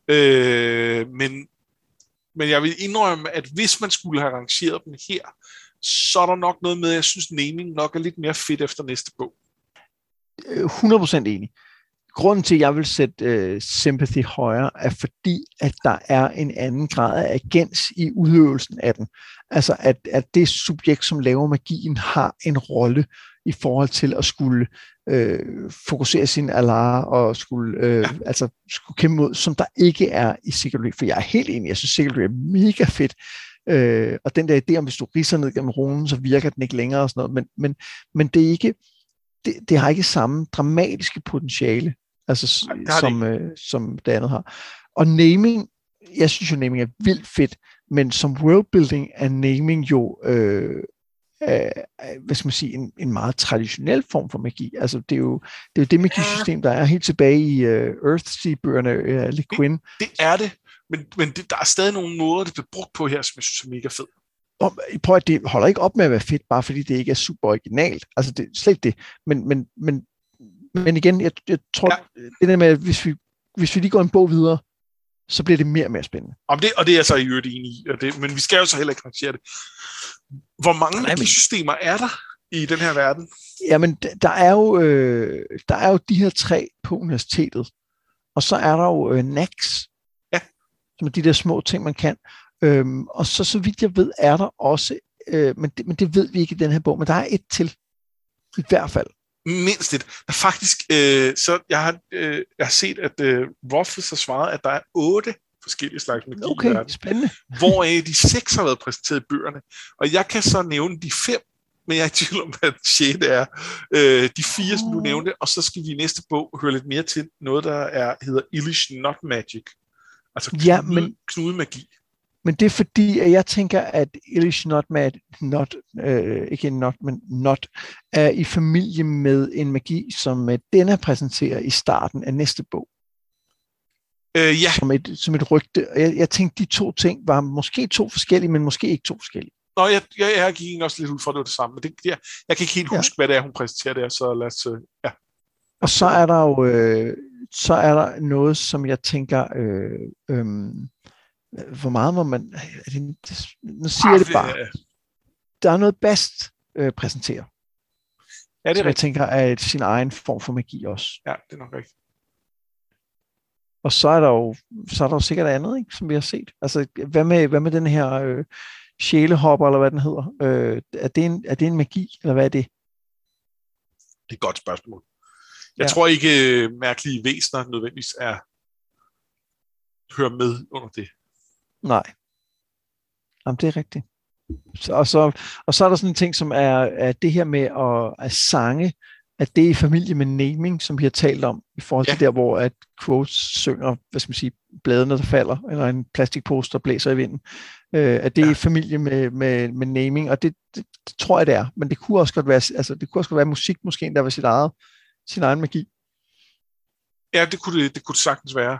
S2: Øh, men Men jeg vil indrømme, at hvis man skulle have arrangeret dem her, så er der nok noget med, at jeg synes, naming nok er lidt mere fedt efter næste bog.
S1: hundrede procent enig. Grunden til, at jeg vil sætte uh, sympathy højere, er fordi, at der er en anden grad af agens i udøvelsen af den. Altså, at, at det subjekt, som laver magien, har en rolle i forhold til at skulle øh, fokusere sin alar og skulle, øh, ja. altså, skulle kæmpe mod, som der ikke er i Sigildry. For jeg er helt enig, jeg synes Sigildry er mega fedt. Øh, og den der idé om, hvis du ridser ned gennem runen, så virker den ikke længere og sådan noget. Men, men, men det er ikke, det, det har ikke samme dramatiske potentiale, altså, ja, som, øh, som det andet har. Og naming, jeg synes jo, naming er vildt fedt, men som worldbuilding er naming jo øh, øh, hvad skal man sige, en, en meget traditionel form for magi. Altså det er jo det, er jo det magisystem, der er helt tilbage i uh, Earthsea-bøgerne af uh, Le Guin.
S2: Det, det er det, men, men det, der er stadig nogle måder, det bliver brugt på her, som jeg synes er mega fedt.
S1: Og prøv at det holder ikke op med at være fedt, bare fordi det ikke er super originalt. Altså det er slet det. Men, men, men, men igen, jeg, jeg tror, ja. det der med, at hvis vi, hvis vi lige går en bog videre, så bliver det mere og mere spændende.
S2: Om det, og det er jeg så i øvrigt enig i, og det, men vi skal jo så heller ikke rangere det. Hvor mange Nej, men... systemer er der i den her verden? Jamen,
S1: der er jo, øh, der er jo de her tre på universitetet, og så er der jo øh, N A X,
S2: ja.
S1: som er de der små ting, man kan. Øhm, og så, så vidt jeg ved, er der også, øh, men, det, men det ved vi ikke i den her bog, men der er et til, i hvert fald.
S2: Mindst et. Der faktisk, øh, så jeg har, øh, jeg har set, at øh, Rothfuss har svaret, at der er otte forskellige slags magi
S1: okay,
S2: i verden.
S1: Spændende.
S2: Hvoraf de seks har været præsenteret i bøgerne. Og jeg kan så nævne de fem, men jeg er i tvivl om, hvad den sjette er. Øh, de fire, som du nævnte, og så skal vi i næste bog høre lidt mere til noget, der er, hedder Illish Not Magic. Altså knude,
S1: ja, men,
S2: knudemagi.
S1: Men det er fordi, at jeg tænker, at Illish Not Mad, not, øh, ikke not, men not, er i familie med en magi, som øh, denne præsenterer i starten af næste bog.
S2: Øh, ja.
S1: Som et, som et rygte. Jeg, jeg tænkte, de to ting var måske to forskellige, men måske ikke to forskellige.
S2: Nå, jeg, jeg, jeg gik også lidt ud fra, at det var det samme. Men det, jeg, jeg kan ikke helt huske, ja. hvad det er, hun præsenterer der, så lad os... Øh, ja.
S1: Og så er der jo øh, så er der noget, som jeg tænker... Øh, øh, hvor meget må man... Er det, nu siger jeg det bare. Der er noget Bast øh, præsenterer.
S2: Ja, det er
S1: som jeg tænker er sin egen form for magi også.
S2: Ja, det er nok rigtigt.
S1: Og så er der jo, så er der jo sikkert andet, ikke, som vi har set. Altså, hvad med, hvad med den her øh, sjælehopper, eller hvad den hedder? Øh, er, det en, er det en magi, eller hvad er det?
S2: Det er et godt spørgsmål. Jeg
S1: ja.
S2: tror ikke, øh, mærkelige væsener nødvendigvis er hører med under det.
S1: Nej. Jamen, det er rigtigt. Så, og, så, og så er der sådan en ting, som er, er det her med at, at sange, at det er i familie med naming, som vi har talt om, i forhold til ja. der, hvor at Quotes synger, hvad skal man sige, bladene, der falder, eller en plastikpose, der blæser i vinden. Øh, at det ja. er i familie med, med, med naming, og det, det, det tror jeg, det er. Men det kunne også godt være, altså, det kunne også godt være musik, måske, der var sit eget, sin egen magi.
S2: Ja, det kunne det, det kunne sagtens være.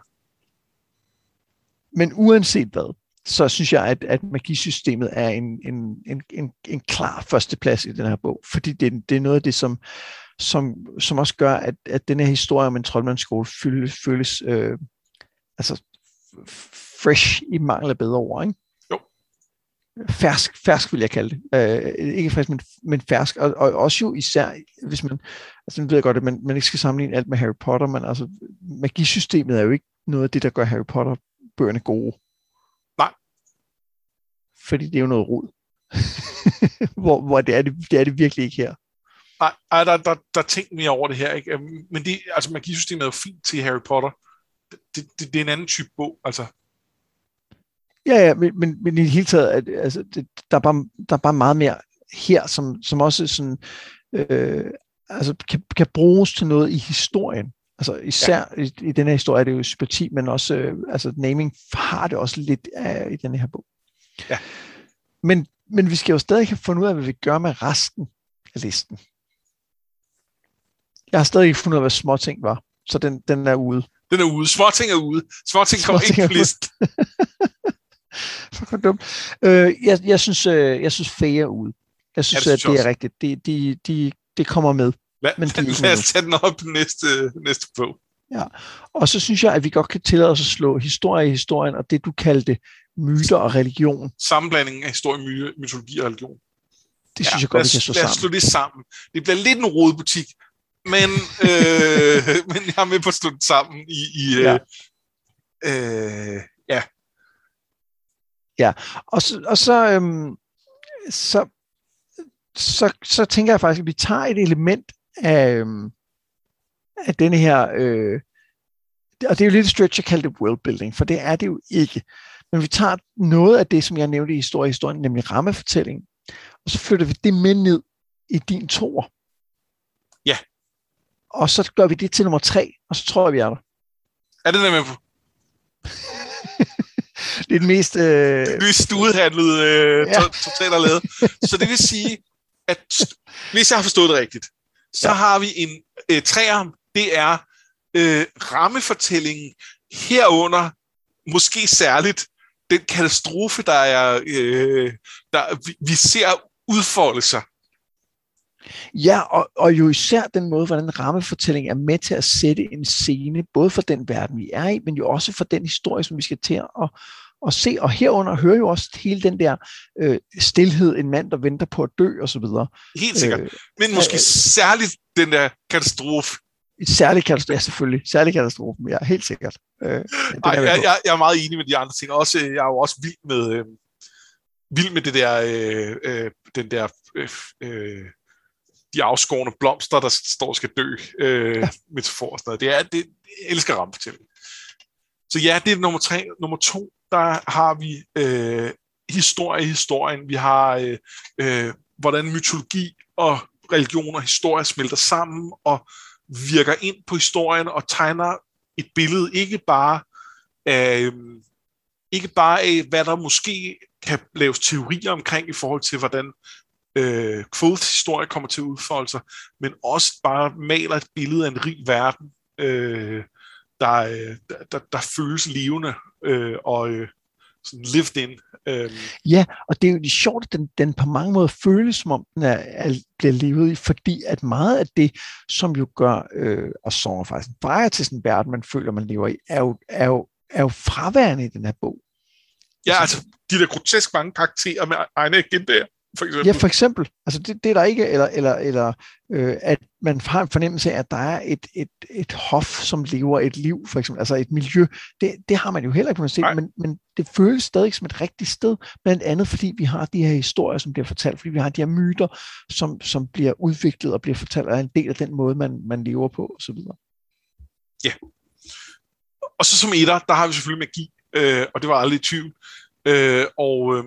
S1: Men uanset hvad, så synes jeg, at, at magisystemet er en, en, en, en, en klar førsteplads i den her bog, fordi det, det er noget af det, som, som, som også gør, at, at den her historie om en troldmandsskole føles, føles øh, altså fresh i mangel af bedre ord, ikke?
S2: Jo.
S1: Fersk, fersk vil jeg kalde det. Øh, ikke frisk, men, men fersk. Og, og også jo især, hvis man, altså nu ved jeg godt, at man, man ikke skal sammenligne alt med Harry Potter, men altså magisystemet er jo ikke noget af det, der gør Harry Potter bøgerne gode.
S2: Nej.
S1: Fordi det er jo noget rod. hvor hvor det, er det, det er det virkelig ikke her.
S2: Nej, der, der, der tænkte mere over det her, ikke? Men det, altså magisystemet er jo fint til Harry Potter. Det, det, det er en anden type bog, altså.
S1: Ja, ja, men, men, men i det hele taget, at, altså, det, der, er bare, der er bare meget mere her, som, som også sådan, øh, altså, kan, kan bruges til noget i historien. Altså især ja. i, i den her historie er det jo sympati, men også øh, altså naming har det også lidt af i den her bog.
S2: Ja.
S1: Men, men vi skal jo stadig have fundet ud af, hvad vi gør med resten af listen. Jeg har stadig ikke fundet ud af, hvad småting var, så den, den er ude.
S2: Den er ude. Småting er ude. Småting kommer ikke på listen.
S1: Fuck, dumt. Øh, jeg, jeg synes, øh, jeg synes Faye er ude. Jeg synes, ja, det, synes at det er rigtigt. De, de, de, det kommer med.
S2: Lad, men de lad os tage den op næste, næste bog.
S1: Ja, og så synes jeg, at vi godt kan tillade os at slå historie i historien, og det du kaldte myter og religion.
S2: Sammenblandingen af historie, myte, mytologi og religion.
S1: Det synes ja, jeg godt, vi kan slå sammen.
S2: Lad os slå det sammen. Det bliver lidt en rodebutik, men, øh, men jeg er med på at slå det sammen i... i ja. Øh, øh, ja.
S1: Ja, og så, og så, øhm, så, så, så tænker jeg faktisk, at vi tager et element af, af denne her, øh, og det er jo lidt et stretch at kalde det worldbuilding, for det er det jo ikke. Men vi tager noget af det, som jeg nævnte i historie, historien, nemlig rammefortællingen, og så flytter vi det med ned i din toer.
S2: Ja.
S1: Og så gør vi det til nummer tre, og så tror jeg, vi er der.
S2: Er det der med på?
S1: Det er det mest... Øh...
S2: Det er studehandlet øh, ja. totalt og lavet. Så det vil sige, at hvis jeg har forstået det rigtigt, så ja. har vi en øh, træer, det er øh, rammefortællingen herunder, måske særligt, den katastrofe, der er, øh, der vi, vi ser udfolde sig.
S1: Ja, og, og jo især den måde, hvordan rammefortælling er med til at sætte en scene, både for den verden, vi er i, men jo også for den historie, som vi skal til at, at se. Og herunder hører jo også hele den der øh, stilhed, en mand, der venter på at dø, og så videre.
S2: Helt sikkert. Øh, men måske øh, særligt den der katastrofe.
S1: Særlig katastrofe, ja selvfølgelig. Særlig katastrofen, ja, helt sikkert. Øh,
S2: Ej, jeg, jeg, jeg er meget enig med de andre ting. Også, jeg er jo også vild med, øh, vild med det der, øh, øh, den der... Øh, øh, de afskårne blomster, der står og skal dø, øh, ja. metafor og sådan noget. Det er, det, jeg elsker rammefortælling. så ja, det er nummer tre. Nummer to, der har vi øh, historie i historien. Vi har, øh, øh, hvordan mytologi og religion og historie smelter sammen og virker ind på historien og tegner et billede, ikke bare af, øh, ikke bare af, hvad der måske kan laves teorier omkring i forhold til, hvordan øh, Quoths historie kommer til at udfolde sig, men også bare maler et billede af en rig verden, øh, der, der, der, der føles levende øh, og øh, sådan lived in. Øh.
S1: Ja, og det er jo det sjovt, at den, den på mange måder føles, som om den er, er, bliver levet i, fordi at meget af det, som jo gør, øh, og så faktisk drejer til sådan en verden, man føler, man lever i, er jo, er jo, er jo fraværende i den her bog.
S2: Ja, altså de der grotesk mange karakterer med egne agendaer, for eksempel.
S1: Ja, for eksempel. Altså det, det er der ikke, eller, eller, eller øh, at man har en fornemmelse af, at der er et, et, et hof, som lever et liv, for eksempel, altså et miljø. Det, det har man jo heller ikke kunnet se, men, men det føles stadig som et rigtigt sted, blandt andet fordi vi har de her historier, som bliver fortalt, fordi vi har de her myter, som, som bliver udviklet og bliver fortalt, og er en del af den måde, man, man lever på, og så videre.
S2: Ja. Og så som etter, der har vi selvfølgelig magi, øh, og det var aldrig i tvivl. Øh, og, øh,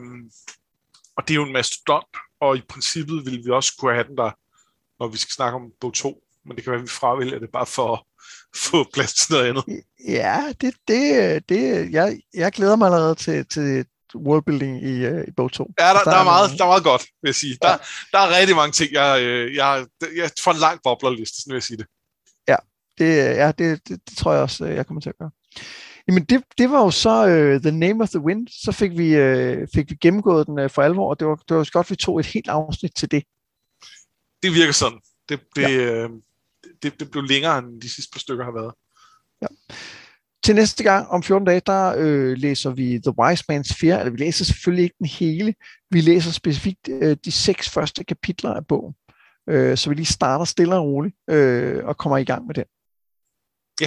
S2: og det er jo en mastodont, og i princippet ville vi også kunne have den der, når vi skal snakke om bog to, men det kan være, at vi fravælger det bare for at få plads til noget andet.
S1: Ja, det, det, det jeg, jeg glæder mig allerede til, til worldbuilding i, uh, i bog to.
S2: Ja, der, der, der, er meget, der er meget godt, vil jeg sige. Der, ja. der er rigtig mange ting, jeg, jeg, jeg får en lang boblerliste, sådan vil jeg sige det.
S1: Ja, det, ja det, det, det tror jeg også, jeg kommer til at gøre. Jamen det, det var jo så uh, The Name of the Wind, så fik vi, uh, fik vi gennemgået den uh, for alvor, og det var, det var godt, vi tog et helt afsnit til det.
S2: Det virker sådan. Det, det, ja. uh, det, det blev længere, end de sidste par stykker har været.
S1: Ja. Til næste gang, om fjorten dage, der øh, læser vi The Wise Man's Fear, eller vi læser selvfølgelig ikke den hele, vi læser specifikt øh, de seks første kapitler af bogen, øh, så vi lige starter stille og roligt, øh, og kommer i gang med det.
S2: Ja.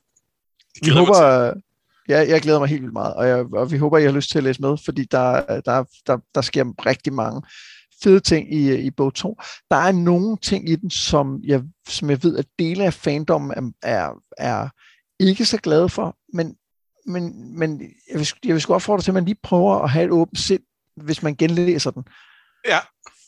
S1: Vi håber, ja, jeg glæder mig helt vildt meget, og, jeg, og vi håber, I har lyst til at læse med, fordi der, der, der, der sker rigtig mange fede ting i, i bog to. Der er nogle ting i den, som jeg, som jeg ved, at dele af fandommen er, er, er ikke så glade for, men, men, men jeg, vil, jeg vil sgu opfordre til, at man lige prøver at have et åbent sind, hvis man genlæser den.
S2: Ja.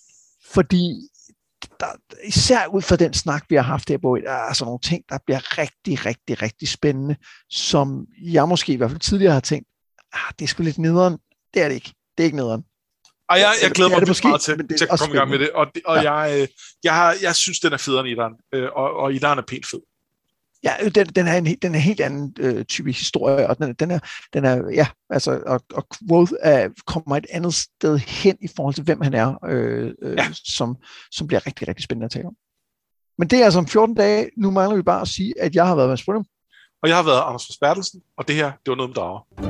S1: Fordi der, især ud fra den snak, vi har haft her på, der er altså nogle ting, der bliver rigtig, rigtig, rigtig spændende, som jeg måske i hvert fald tidligere har tænkt, ah, det er sgu lidt nederen. Det er det ikke. Det er ikke nederen.
S2: Og jeg, jeg glæder mig måske, meget til,
S1: det
S2: til at komme i gang med det, og, det, og ja. jeg, jeg, har, jeg synes, den er federe end etteren, og, og etteren er pænt fed.
S1: Ja, den, den er en den er en helt anden øh, type historie, og den, den er, den er ja, altså, og, og Quoth er, kommer et andet sted hen i forhold til, hvem han er, øh, øh, ja. som, som bliver rigtig, rigtig spændende at tale om. Men det er altså om fjorten dage. Nu mangler vi bare at sige, at jeg har været med Sprunum.
S2: Og jeg har været Anders Forsbertelsen, og det her, det var noget med drager.